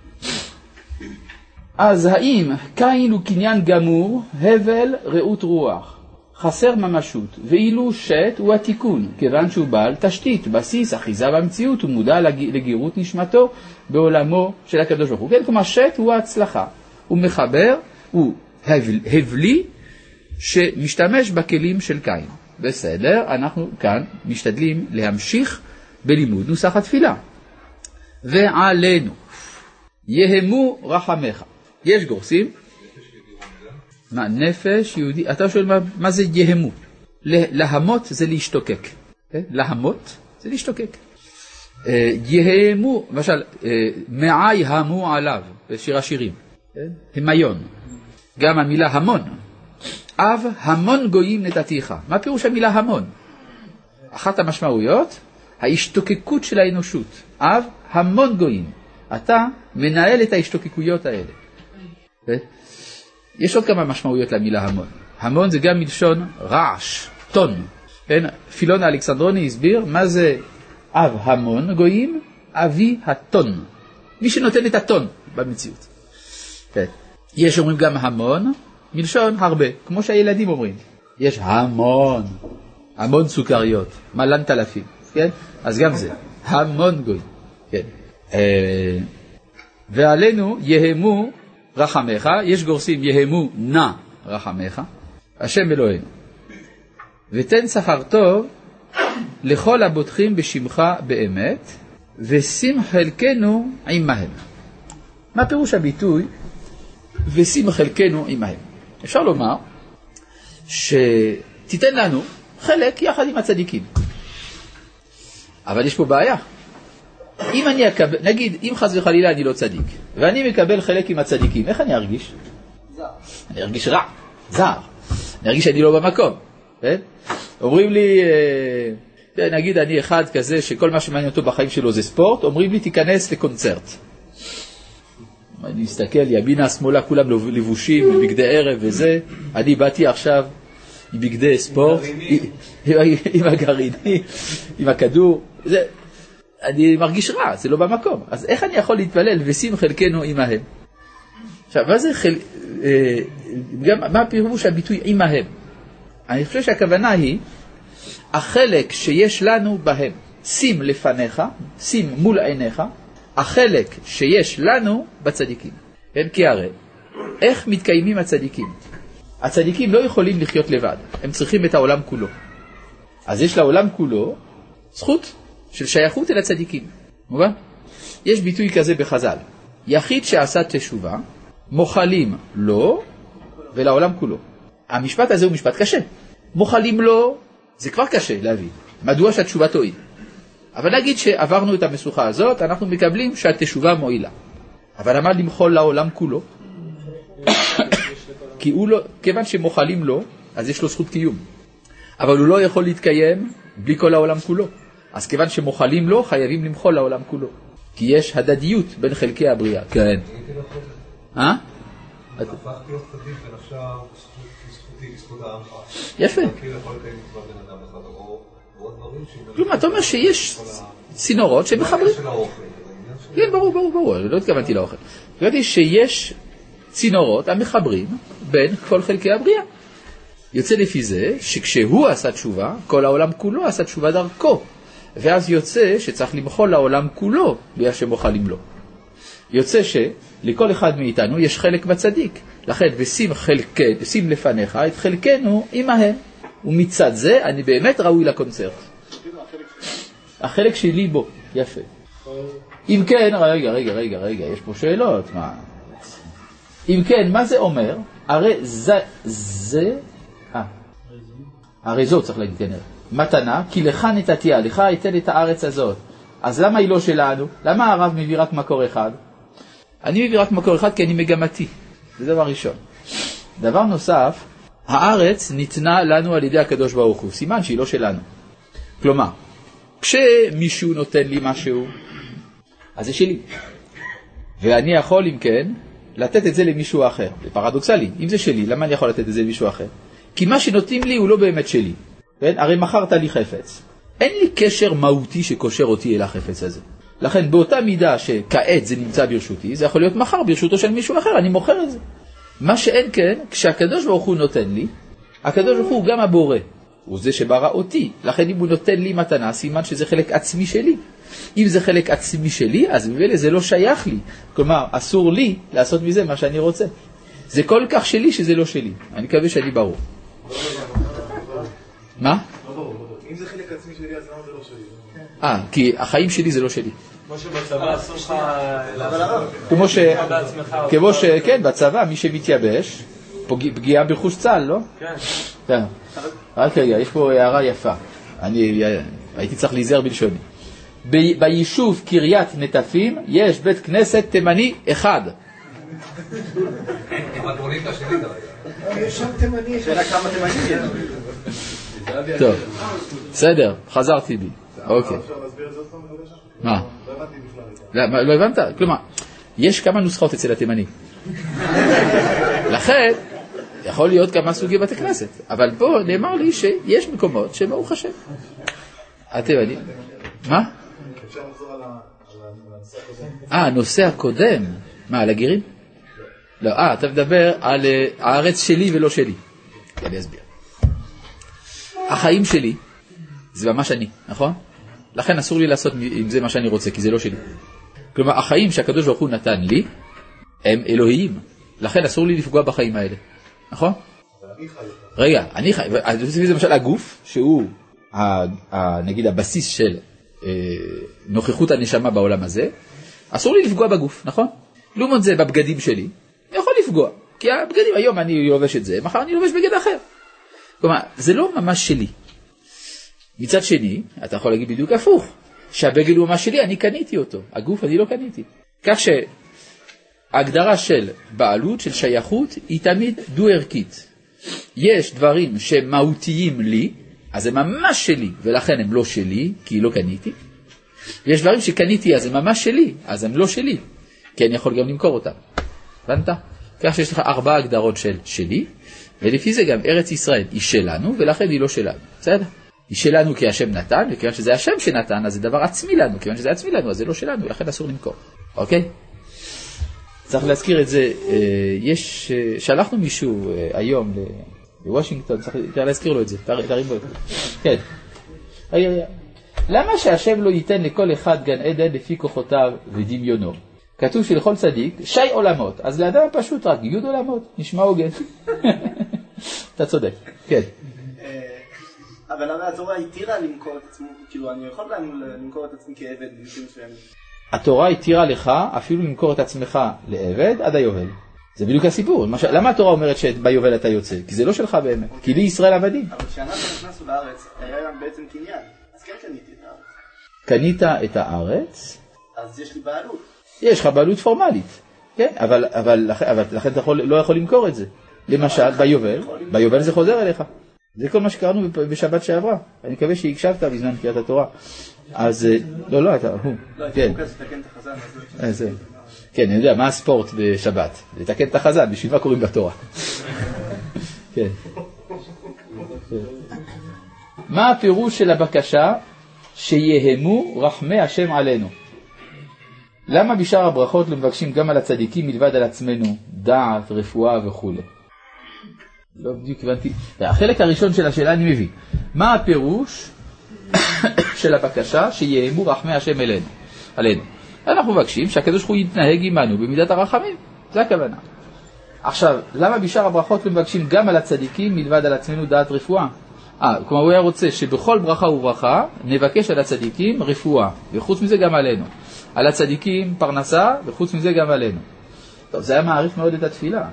אז האם קין הוא קניין גמור, הבל ראות רוח, חסר ממשות, ואילו שת הוא התיקון, כיוון שהוא בעל תשתית, בסיס, אחיזה במציאות, הוא מודע לגירות נשמתו בעולמו של הקדוש ברוך הוא. כן, כלומר שת הוא ההצלחה. הוא מחבר, הוא הבל, הבלי, שמשתמש בכלים של קין. בסדר, אנחנו כאן משתדלים להמשיך בלימוד נוסח התפילה. ועלינו, יהמו רחמך. יש גורסים. מה, נפש יהודי? אתה שואל מה, מה זה יהמו? להמות זה להשתוקק. להמות זה להשתוקק. יהמו, למשל, מעי המו עליו, בשיר השירים. המיון. גם המילה המון. אב המון גויים נתתיך. מה פירוש המילה המון? אחת המשמעויות, ההשתוקקות של האנושות. אב המון גויים. אתה מנהל את ההשתוקקויות האלה. יש עוד כמה משמעויות למילה המון. המון זה גם מלשון רעש, טון. פילון האלכסנדרוני הסביר מה זה אב המון גויים, אבי הטון. מי שנותן את הטון במציאות. יש אומרים גם המון, מלשון הרבה, כמו שהילדים אומרים. יש המון, המון סוכריות, מלן תלפים, כן? אז גם זה, המון גוי, כן. ועלינו יהמו רחמך, יש גורסים יהמו נא רחמך, השם אלוהינו. ותן שכר טוב לכל הבוטחים בשמך באמת, ושים חלקנו עמהם. מה פירוש הביטוי? ושים חלקנו עמהם. אפשר לומר שתיתן לנו חלק יחד עם הצדיקים. אבל יש פה בעיה. אם אני אקבל, נגיד, אם חס וחלילה אני לא צדיק, ואני מקבל חלק עם הצדיקים, איך אני ארגיש? זר. אני ארגיש רע, זר. אני ארגיש שאני לא במקום. כן? אומרים לי, נגיד אני אחד כזה שכל מה שמעניין אותו בחיים שלו זה ספורט, אומרים לי תיכנס לקונצרט. אני מסתכל, ימינה, שמאלה, כולם לבושים, בבגדי ערב וזה. אני באתי עכשיו עם בגדי ספורט, עם, עם הגרעיני, עם הכדור, זה, אני מרגיש רע, זה לא במקום. אז איך אני יכול להתפלל ושים חלקנו עמהם? עכשיו, מה זה חל... גם, מה הפירוש הביטוי עמהם? אני חושב שהכוונה היא, החלק שיש לנו בהם, שים לפניך, שים מול עיניך, החלק שיש לנו בצדיקים. כן? כי הרי, איך מתקיימים הצדיקים? הצדיקים לא יכולים לחיות לבד, הם צריכים את העולם כולו. אז יש לעולם כולו זכות של שייכות אל הצדיקים. מובן? יש ביטוי כזה בחז"ל, יחיד שעשה תשובה, מוחלים לו ולעולם כולו. המשפט הזה הוא משפט קשה. מוחלים לו, זה כבר קשה להבין. מדוע שהתשובה תועיל? אבל נגיד שעברנו את המשוכה הזאת, אנחנו מקבלים שהתשובה מועילה. אבל למה למחול לעולם כולו? כי הוא לא, כיוון שמוחלים לו, אז יש לו זכות קיום. אבל הוא לא יכול להתקיים בלי כל העולם כולו. אז כיוון שמוחלים לו, חייבים למחול לעולם כולו. כי יש הדדיות בין חלקי הבריאה. כן. אה? הפכתי להיות צדיק ונפשר זכותי, בזכות העמך. יפה. כלומר, אתה אומר שיש צינורות שמחברים. כן, ברור, ברור, ברור. לא התכוונתי לאוכל. התכוונתי שיש צינורות המחברים בין כל חלקי הבריאה. יוצא לפי זה שכשהוא עשה תשובה, כל העולם כולו עשה תשובה דרכו. ואז יוצא שצריך למחול לעולם כולו בגלל שמוחלים לו. יוצא שלכל אחד מאיתנו יש חלק בצדיק. לכן, ושים, חלק, ושים לפניך את חלקנו עמהם. ומצד זה אני באמת ראוי לקונצרט. החלק שלי בו. יפה. אם כן, רגע, רגע, רגע, רגע, יש פה שאלות. מה? אם כן, מה זה אומר? הרי זה, זה, אה, הרי זו צריך להגיד כנראה. מתנה, כי לך נתתיה, לך אתן את הארץ הזאת. אז למה היא לא שלנו? למה הרב מביא רק מקור אחד? אני מביא רק מקור אחד כי אני מגמתי. זה דבר ראשון. דבר נוסף, הארץ ניתנה לנו על ידי הקדוש ברוך הוא. סימן שהיא לא שלנו. כלומר, כשמישהו נותן לי משהו, אז זה שלי. ואני יכול, אם כן, לתת את זה למישהו אחר. זה פרדוקסלי. אם זה שלי, למה אני יכול לתת את זה למישהו אחר? כי מה שנותנים לי הוא לא באמת שלי. כן? הרי מכרת לי חפץ. אין לי קשר מהותי שקושר אותי אל החפץ הזה. לכן באותה מידה שכעת זה נמצא ברשותי, זה יכול להיות מחר ברשותו של מישהו אחר, אני מוכר את זה. מה שאין כן, כשהקדוש ברוך הוא נותן לי, הקדוש ברוך הוא גם הבורא. הוא זה שברא אותי. לכן אם הוא נותן לי מתנה, סימן שזה חלק עצמי שלי. אם זה חלק עצמי שלי, אז ממילא זה לא שייך לי. כלומר, אסור לי לעשות מזה מה שאני רוצה. זה כל כך שלי שזה לא שלי. אני מקווה שאני ברור. מה? אם זה חלק עצמי שלי, אז למה זה לא שלי? אה, כי החיים שלי זה לא שלי. כמו שבצבא אסור לך כמו ש... כמו ש... כן, בצבא מי שמתייבש, פגיעה ברכוש צה"ל, לא? כן. כן. רק רגע, יש פה הערה יפה. אני הייתי צריך להיזהר בלשוני. ביישוב קריית נטפים יש בית כנסת תימני אחד. אבל בונים את השני כרגע. יש שם תימני. שאלה כמה תימני יש. טוב, בסדר, חזרתי בי. אוקיי. אפשר להסביר את זה עוד פעם בבקשה? מה? לא הבנתי בכלל. לא הבנת? כלומר, יש כמה נוסחאות אצל התימני. לכן, יכול להיות כמה סוגי בתי כנסת. אבל פה נאמר לי שיש מקומות שברוך השם. התימני. מה? אפשר לחזור על הנושא הקודם? אה, הנושא הקודם. מה, על הגירים? לא, אה, אתה מדבר על הארץ שלי ולא שלי. אני אסביר. החיים שלי זה ממש אני, נכון? לכן אסור לי לעשות עם זה מה שאני רוצה, כי זה לא שלי. כלומר, החיים שהקדוש ברוך הוא נתן לי הם אלוהיים. לכן אסור לי לפגוע בחיים האלה. נכון? רגע, אני חי. זה למשל הגוף, שהוא נגיד הבסיס של נוכחות הנשמה בעולם הזה, אסור לי לפגוע בגוף, נכון? לעומת זה בבגדים שלי, אני יכול לפגוע. כי הבגדים, היום אני לובש את זה, מחר אני לובש בגד אחר. כלומר, זה לא ממש שלי. מצד שני, אתה יכול להגיד בדיוק הפוך, שהבגד הוא ממש שלי, אני קניתי אותו. הגוף אני לא קניתי. כך שההגדרה של בעלות, של שייכות, היא תמיד דו-ערכית. יש דברים שמהותיים לי, אז הם ממש שלי, ולכן הם לא שלי, כי לא קניתי. ויש דברים שקניתי, אז הם ממש שלי, אז הם לא שלי, כי אני יכול גם למכור אותם. הבנת? כך שיש לך ארבע הגדרות של שלי, ולפי זה גם ארץ ישראל היא שלנו, ולכן היא לא שלנו. בסדר? היא שלנו כי השם נתן, וכיוון שזה השם שנתן, אז זה דבר עצמי לנו. כיוון שזה עצמי לנו, אז זה לא שלנו, לכן אסור למכור. אוקיי? צריך להזכיר את זה. יש, שלחנו מישהו היום לוושינגטון, צריך להזכיר לו את זה. תרים בו. כן. למה שהשם לא ייתן לכל אחד גן עדן לפי כוחותיו ודמיונו? כתוב שלכל צדיק שי עולמות, אז לאדם פשוט רק יוד עולמות, נשמע הוגן. אתה צודק, כן. אבל הרי התורה התירה למכור את עצמו, כאילו אני יכול גם למכור את עצמי כעבד במקרים מסוימים. התורה התירה לך אפילו למכור את עצמך לעבד עד היובל. זה בדיוק הסיפור. למה התורה אומרת שביובל אתה יוצא? כי זה לא שלך באמת, כי לי ישראל עבדים. אבל כשאנחנו נכנסנו לארץ, היה בעצם קניין, אז כן קניתי את הארץ. קנית את הארץ? אז יש לי בעלות. יש לך בעלות פורמלית, כן? אבל, אבל, אבל לכן אתה יכול, לא יכול למכור את זה. למשל, ביובל, ביובל זה חוזר אליך. זה כל מה שקראנו בשבת שעברה. אני מקווה שהקשבת בזמן קריאת התורה. אז, לא, לא, אתה, הוא. לא, הייתי מוקד לתקן את החזן. אז זה. כן, אני יודע, מה הספורט בשבת? לתקן את החזן, בשביל מה קוראים בתורה? כן. מה הפירוש של הבקשה שיהמו רחמי השם עלינו? למה בשאר הברכות לא מבקשים גם על הצדיקים מלבד על עצמנו, דעת, רפואה וכו'? לא בדיוק הבנתי. החלק הראשון של השאלה אני מבין. מה הפירוש של הבקשה שיהמו רחמי השם אלינו? עלינו. אנחנו מבקשים שהקדוש ברוך הוא יתנהג עמנו במידת הרחמים. זה הכוונה. עכשיו, למה בשאר הברכות לא מבקשים גם על הצדיקים מלבד על עצמנו דעת רפואה? אה, כלומר הוא היה רוצה שבכל ברכה וברכה נבקש על הצדיקים רפואה, וחוץ מזה גם עלינו. על הצדיקים פרנסה, וחוץ מזה גם עלינו. טוב, זה היה מעריך מאוד את התפילה.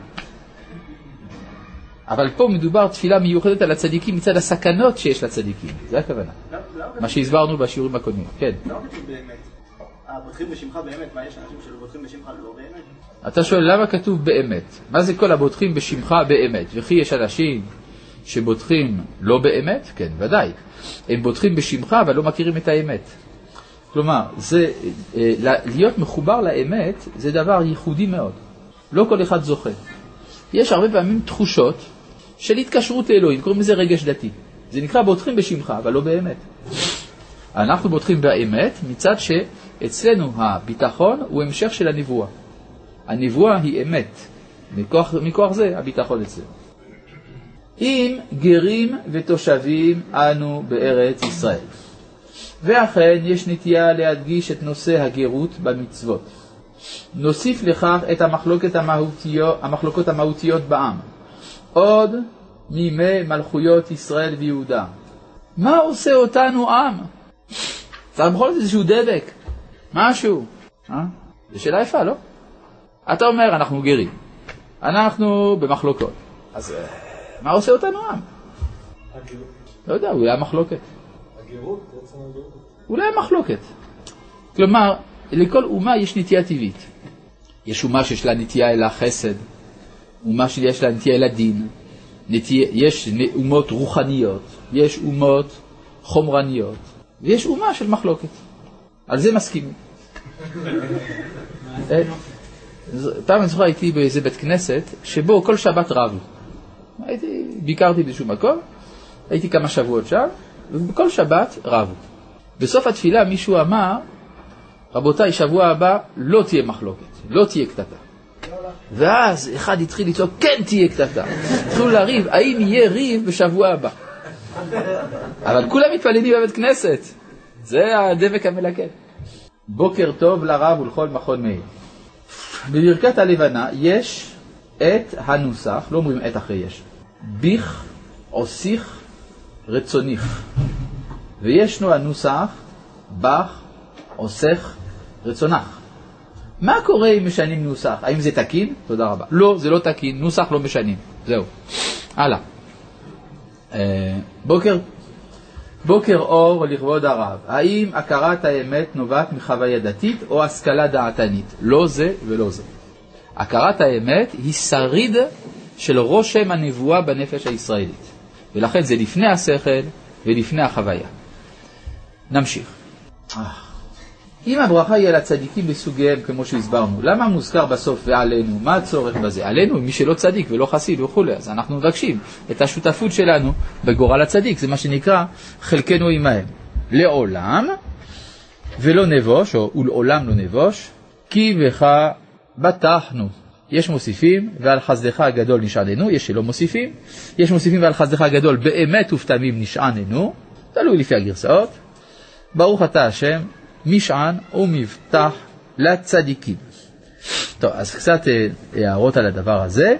אבל פה מדובר תפילה מיוחדת על הצדיקים מצד הסכנות שיש לצדיקים. זה הכוונה. מה שהסברנו בשיעורים הקודמים. כן. לא כתוב באמת. הבוטחים בשמך באמת, מה יש אנשים שלא בוטחים בשמך לא באמת? אתה שואל למה כתוב באמת? מה זה כל הבוטחים בשמך באמת? וכי יש אנשים שבוטחים לא באמת? כן, ודאי. הם בוטחים בשמך אבל לא מכירים את האמת. כלומר, זה, להיות מחובר לאמת זה דבר ייחודי מאוד. לא כל אחד זוכה. יש הרבה פעמים תחושות של התקשרות לאלוהים, קוראים לזה רגש דתי. זה נקרא בוטחים בשמך, אבל לא באמת. אנחנו בוטחים באמת מצד שאצלנו הביטחון הוא המשך של הנבואה. הנבואה היא אמת. מכוח, מכוח זה הביטחון אצלנו. אם גרים ותושבים אנו בארץ ישראל. ואכן יש נטייה להדגיש את נושא הגרות במצוות. נוסיף לכך את המחלוקת המהותיות, המחלוקות המהותיות בעם. עוד מימי מלכויות ישראל ויהודה. מה עושה אותנו עם? צריך בכל זאת איזשהו דבק. משהו. אה? זו שאלה יפה, לא? אתה אומר, אנחנו גרים. אנחנו במחלוקות. אז מה עושה אותנו עם? הגירות. לא יודע, אולי המחלוקת. הגירות, בעצם הגירות. אולי המחלוקת. כלומר, לכל אומה יש נטייה טבעית. יש אומה שיש לה נטייה אל החסד, אומה שיש לה נטייה אל הדין, נטייה, יש אומות רוחניות, יש אומות חומרניות, ויש אומה של מחלוקת. על זה מסכימים. פעם אני זוכר הייתי באיזה בית כנסת, שבו כל שבת רבו. הייתי, ביקרתי באיזשהו מקום, הייתי כמה שבועות שם, ובכל שבת רבו. בסוף התפילה מישהו אמר, רבותיי, שבוע הבא לא תהיה מחלוקת, לא תהיה קטטה. ואז אחד התחיל לצעוק, כן תהיה קטטה. התחילו לריב, האם יהיה ריב בשבוע הבא? אבל כולם מתפללים בבית כנסת. זה הדבק המלכד. בוקר טוב לרב ולכל מכון מאיר. בברכת הלבנה יש את הנוסח, לא אומרים את אחרי יש, ביך עושיך רצוניך. וישנו הנוסח, בך עושך רצונך. מה קורה אם משנים נוסח? האם זה תקין? תודה רבה. לא, זה לא תקין, נוסח לא משנים. זהו. הלאה. בוקר, בוקר אור לכבוד הרב. האם הכרת האמת נובעת מחוויה דתית או השכלה דעתנית? לא זה ולא זה. הכרת האמת היא שריד של רושם הנבואה בנפש הישראלית. ולכן זה לפני השכל ולפני החוויה. נמשיך. אם הברכה היא על הצדיקים בסוגיהם, כמו שהסברנו, למה מוזכר בסוף ועלינו? מה הצורך בזה? עלינו, מי שלא צדיק ולא חסיד וכו'. אז אנחנו מבקשים את השותפות שלנו בגורל הצדיק. זה מה שנקרא חלקנו עמהם. לעולם ולא נבוש, או ולעולם לא נבוש, כי בך בטחנו. יש מוסיפים, ועל חסדך הגדול נשעננו, יש שלא מוסיפים. יש מוסיפים ועל חסדך הגדול באמת ופתמים נשעננו, תלוי לפי הגרסאות. ברוך אתה השם, משען ומבטח לצדיקים. טוב, אז קצת הערות על הדבר הזה.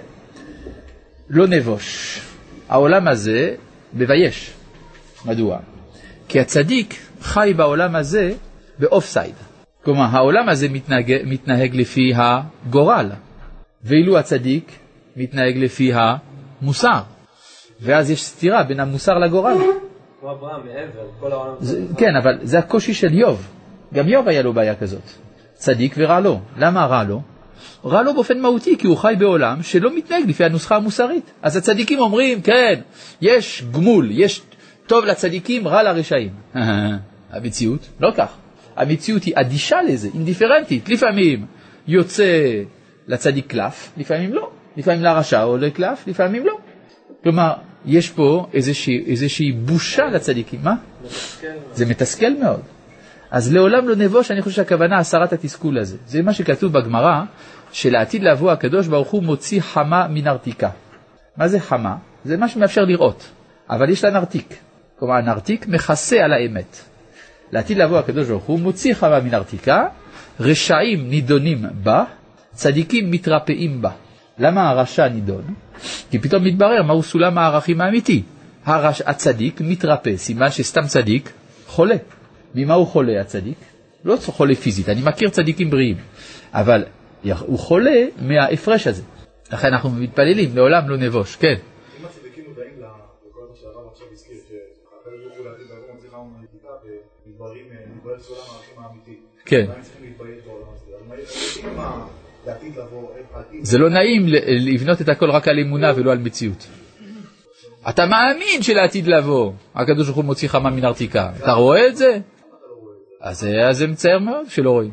לא נבוש. העולם הזה מבייש. מדוע? כי הצדיק חי בעולם הזה באופסייד. כלומר, העולם הזה מתנהג, מתנהג לפי הגורל, ואילו הצדיק מתנהג לפי המוסר. ואז יש סתירה בין המוסר לגורל. כמו אברהם, מעבר, כל העולם. זה, כן, אבל זה הקושי של יוב. גם יוב היה לו בעיה כזאת. צדיק ורע לו. למה רע לו? רע לו באופן מהותי, כי הוא חי בעולם שלא מתנהג לפי הנוסחה המוסרית. אז הצדיקים אומרים, כן, יש גמול, יש טוב לצדיקים, רע לרשעים. המציאות, לא כך. המציאות היא אדישה לזה, אינדיפרנטית. לפעמים יוצא לצדיק קלף, לפעמים לא. לפעמים לרשע עולה קלף, לפעמים לא. כלומר, יש פה איזושהי, איזושהי בושה לצדיקים. מה? מתסכל. זה מתסכל מאוד. אז לעולם לא נבוש, אני חושב שהכוונה הסרת התסכול הזה. זה מה שכתוב בגמרא, שלעתיד לבוא הקדוש ברוך הוא מוציא חמה מן ארתיקה. מה זה חמה? זה מה שמאפשר לראות. אבל יש לה נרתיק. כלומר, הנרתיק מכסה על האמת. לעתיד לבוא הקדוש ברוך הוא מוציא חמה מן ארתיקה, רשעים נידונים בה, צדיקים מתרפאים בה. למה הרשע נידון? כי פתאום מתברר מהו סולם הערכים האמיתי. הרש... הצדיק מתרפא, סימן שסתם צדיק חולה. ממה הוא חולה הצדיק? לא חולה פיזית, אני מכיר צדיקים בריאים, אבל הוא חולה מההפרש הזה. לכן אנחנו מתפללים, לעולם לא נבוש. כן. אם הצדיקים מודעים לכל מה שהרב עכשיו הזכיר, שהחבר יוכלו לעתיד לבוא מוציא חמה מהאתיקה ומתבררים מתברר סולם הערכים האמיתי. כן. מה הם צריכים להתבייש בעולם הזה? אז מה לעתיד לבוא, העתיד... זה לא נעים לבנות את הכל רק על אמונה ולא על מציאות. אתה מאמין שלעתיד לבוא, הקדוש ברוך הוא מוציא חמה מן ארתיקה. אתה רואה את זה? אז זה מצער מאוד שלא רואים.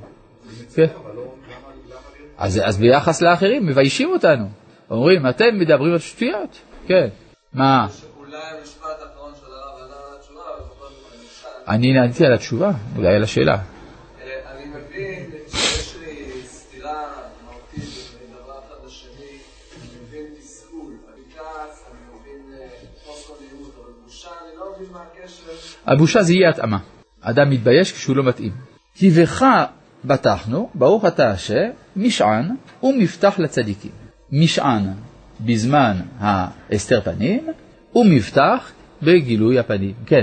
אז ביחס לאחרים מביישים אותנו. אומרים, אתם מדברים על שטויות. כן. מה? אולי המשפט האחרון של הרב ענה על התשובה, אני נעניתי על התשובה, אולי על השאלה. אני מבין שיש לי סתירה מהותית בין דבר אחד לשני, אני מבין תסכול, אני כעס, אני מבין חוסר נעימות, אבל בושה, אני לא מבין מה הקשר. הבושה זה יהיה התאמה. אדם מתבייש כשהוא לא מתאים. היבך בטחנו, ברוך אתה השם, משען ומבטח לצדיקים. משען בזמן ההסתר פנים, ומבטח בגילוי הפנים. כן.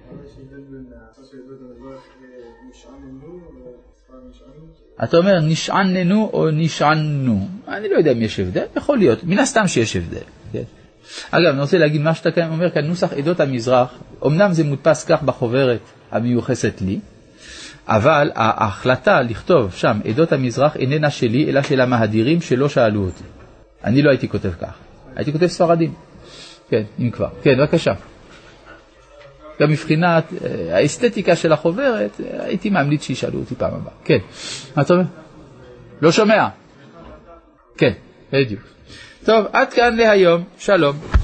אתה אומר נשעננו או נשענו. אני לא יודע אם יש הבדל, יכול להיות. מן הסתם שיש הבדל. כן. אגב, אני רוצה להגיד מה שאתה אומר כאן, נוסח עדות המזרח, אמנם זה מודפס כך בחוברת המיוחסת לי, אבל ההחלטה לכתוב שם עדות המזרח איננה שלי, אלא של המהדירים שלא שאלו אותי. אני לא הייתי כותב כך. הייתי כותב ספרדים. כן, אם כבר. כן, בבקשה. גם מבחינת האסתטיקה של החוברת, הייתי ממליץ שישאלו אותי פעם הבאה. כן. מה אתה אומר? לא שומע. כן, בדיוק. טוב, עד כאן להיום. שלום.